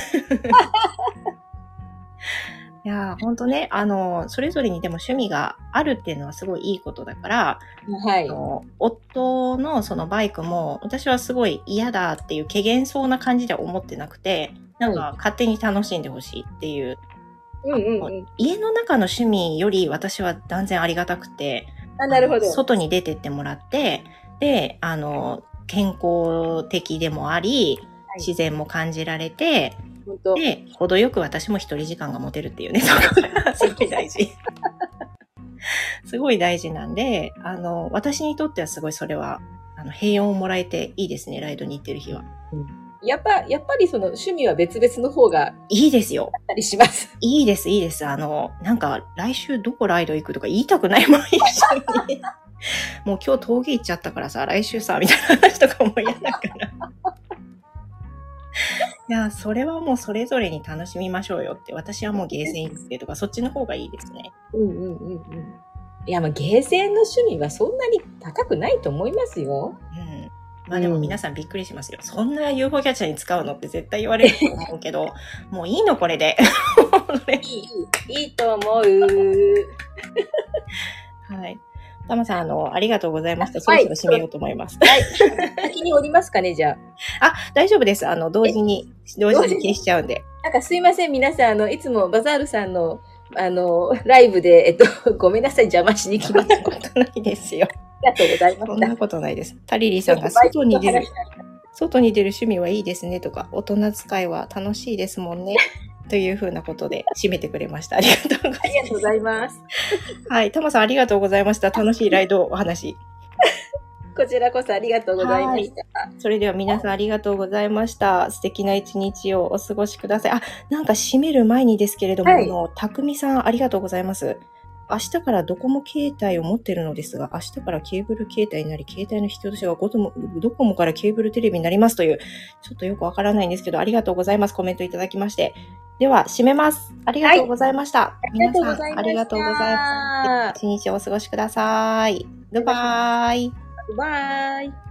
いやー、ほんとね、あの、それぞれにでも趣味があるっていうのはすごいいいことだから、 はい。 あの夫のそのバイクも、私はすごい嫌だっていう怪げそうな感じでは思ってなくて、なんか勝手に楽しんでほしいっていう、 うんうんうん、 家の中の趣味より私は断然ありがたくて、 あ、なるほど。 外に出てってもらって、で、あの、健康的でもあり、はい、自然も感じられて、で、程よく私も一人時間が持てるっていうね、そこがすごい大事。すごい大事なんで、あの、私にとってはすごいそれは、あの、平穏をもらえていいですね、ライドに行ってる日は。 うん、やっぱ、やっぱりその趣味は別々の方がいいですよ。 あったりします。 いいです、いいです。あの、なんか、来週どこライド行くとか言いたくないもん、一緒に。もう今日峠行っちゃったからさ、来週さ、みたいな話とかも嫌だから。 いや、それはもうそれぞれに楽しみましょうよって、私はもうゲーセン行ってとか、そっちの方がいいですね。 うんうんうんうん。いや、まあ、ゲーセンの趣味はそんなに高くないと思いますよ。 うん。まあでも皆さんびっくりしますよ。そんな ユーフォー キャッチャーに使うのって絶対言われると思うけど、もういいのこれで。 いい、いいと思う。 はい。たまさん、あの、ありがとうございました。そろそろ締めようと思います。 はい。先に降りますかね、じゃあ。 あ、大丈夫です。あの、同時に、同時に消しちゃうんで。 なんかすいません、皆さん、あの、いつもバザールさんの、あの、ライブで、えっと、ごめんなさい、邪魔しに来ました。 そんなことないですよ。 ありがとうございました。 そんなことないです。タリリーさんが外に出る、外に出る趣味はいいですねとか、大人使いは楽しいですもんね。というふうなことで締めてくれました。ありがとうございます。 ありがとうございます。 はい。タマさんありがとうございました。楽しいライドお話。 こちらこそありがとうございました。 それでは皆さんありがとうございました。素敵な一日をお過ごしください。あ、なんか締める前にですけれども、はい、あの、たくみさんありがとうございます。明日からドコモ携帯を持っているのですが、明日からケーブル携帯になり、携帯の引き落としがドコモからケーブルテレビになりますという、ちょっとよくわからないんですけど、ありがとうございます。コメントいただきまして。では、締めます。ありがとうございました。はい、皆さん、ありがとうございます。一日お過ごしください。グッバイ。 グッバイ。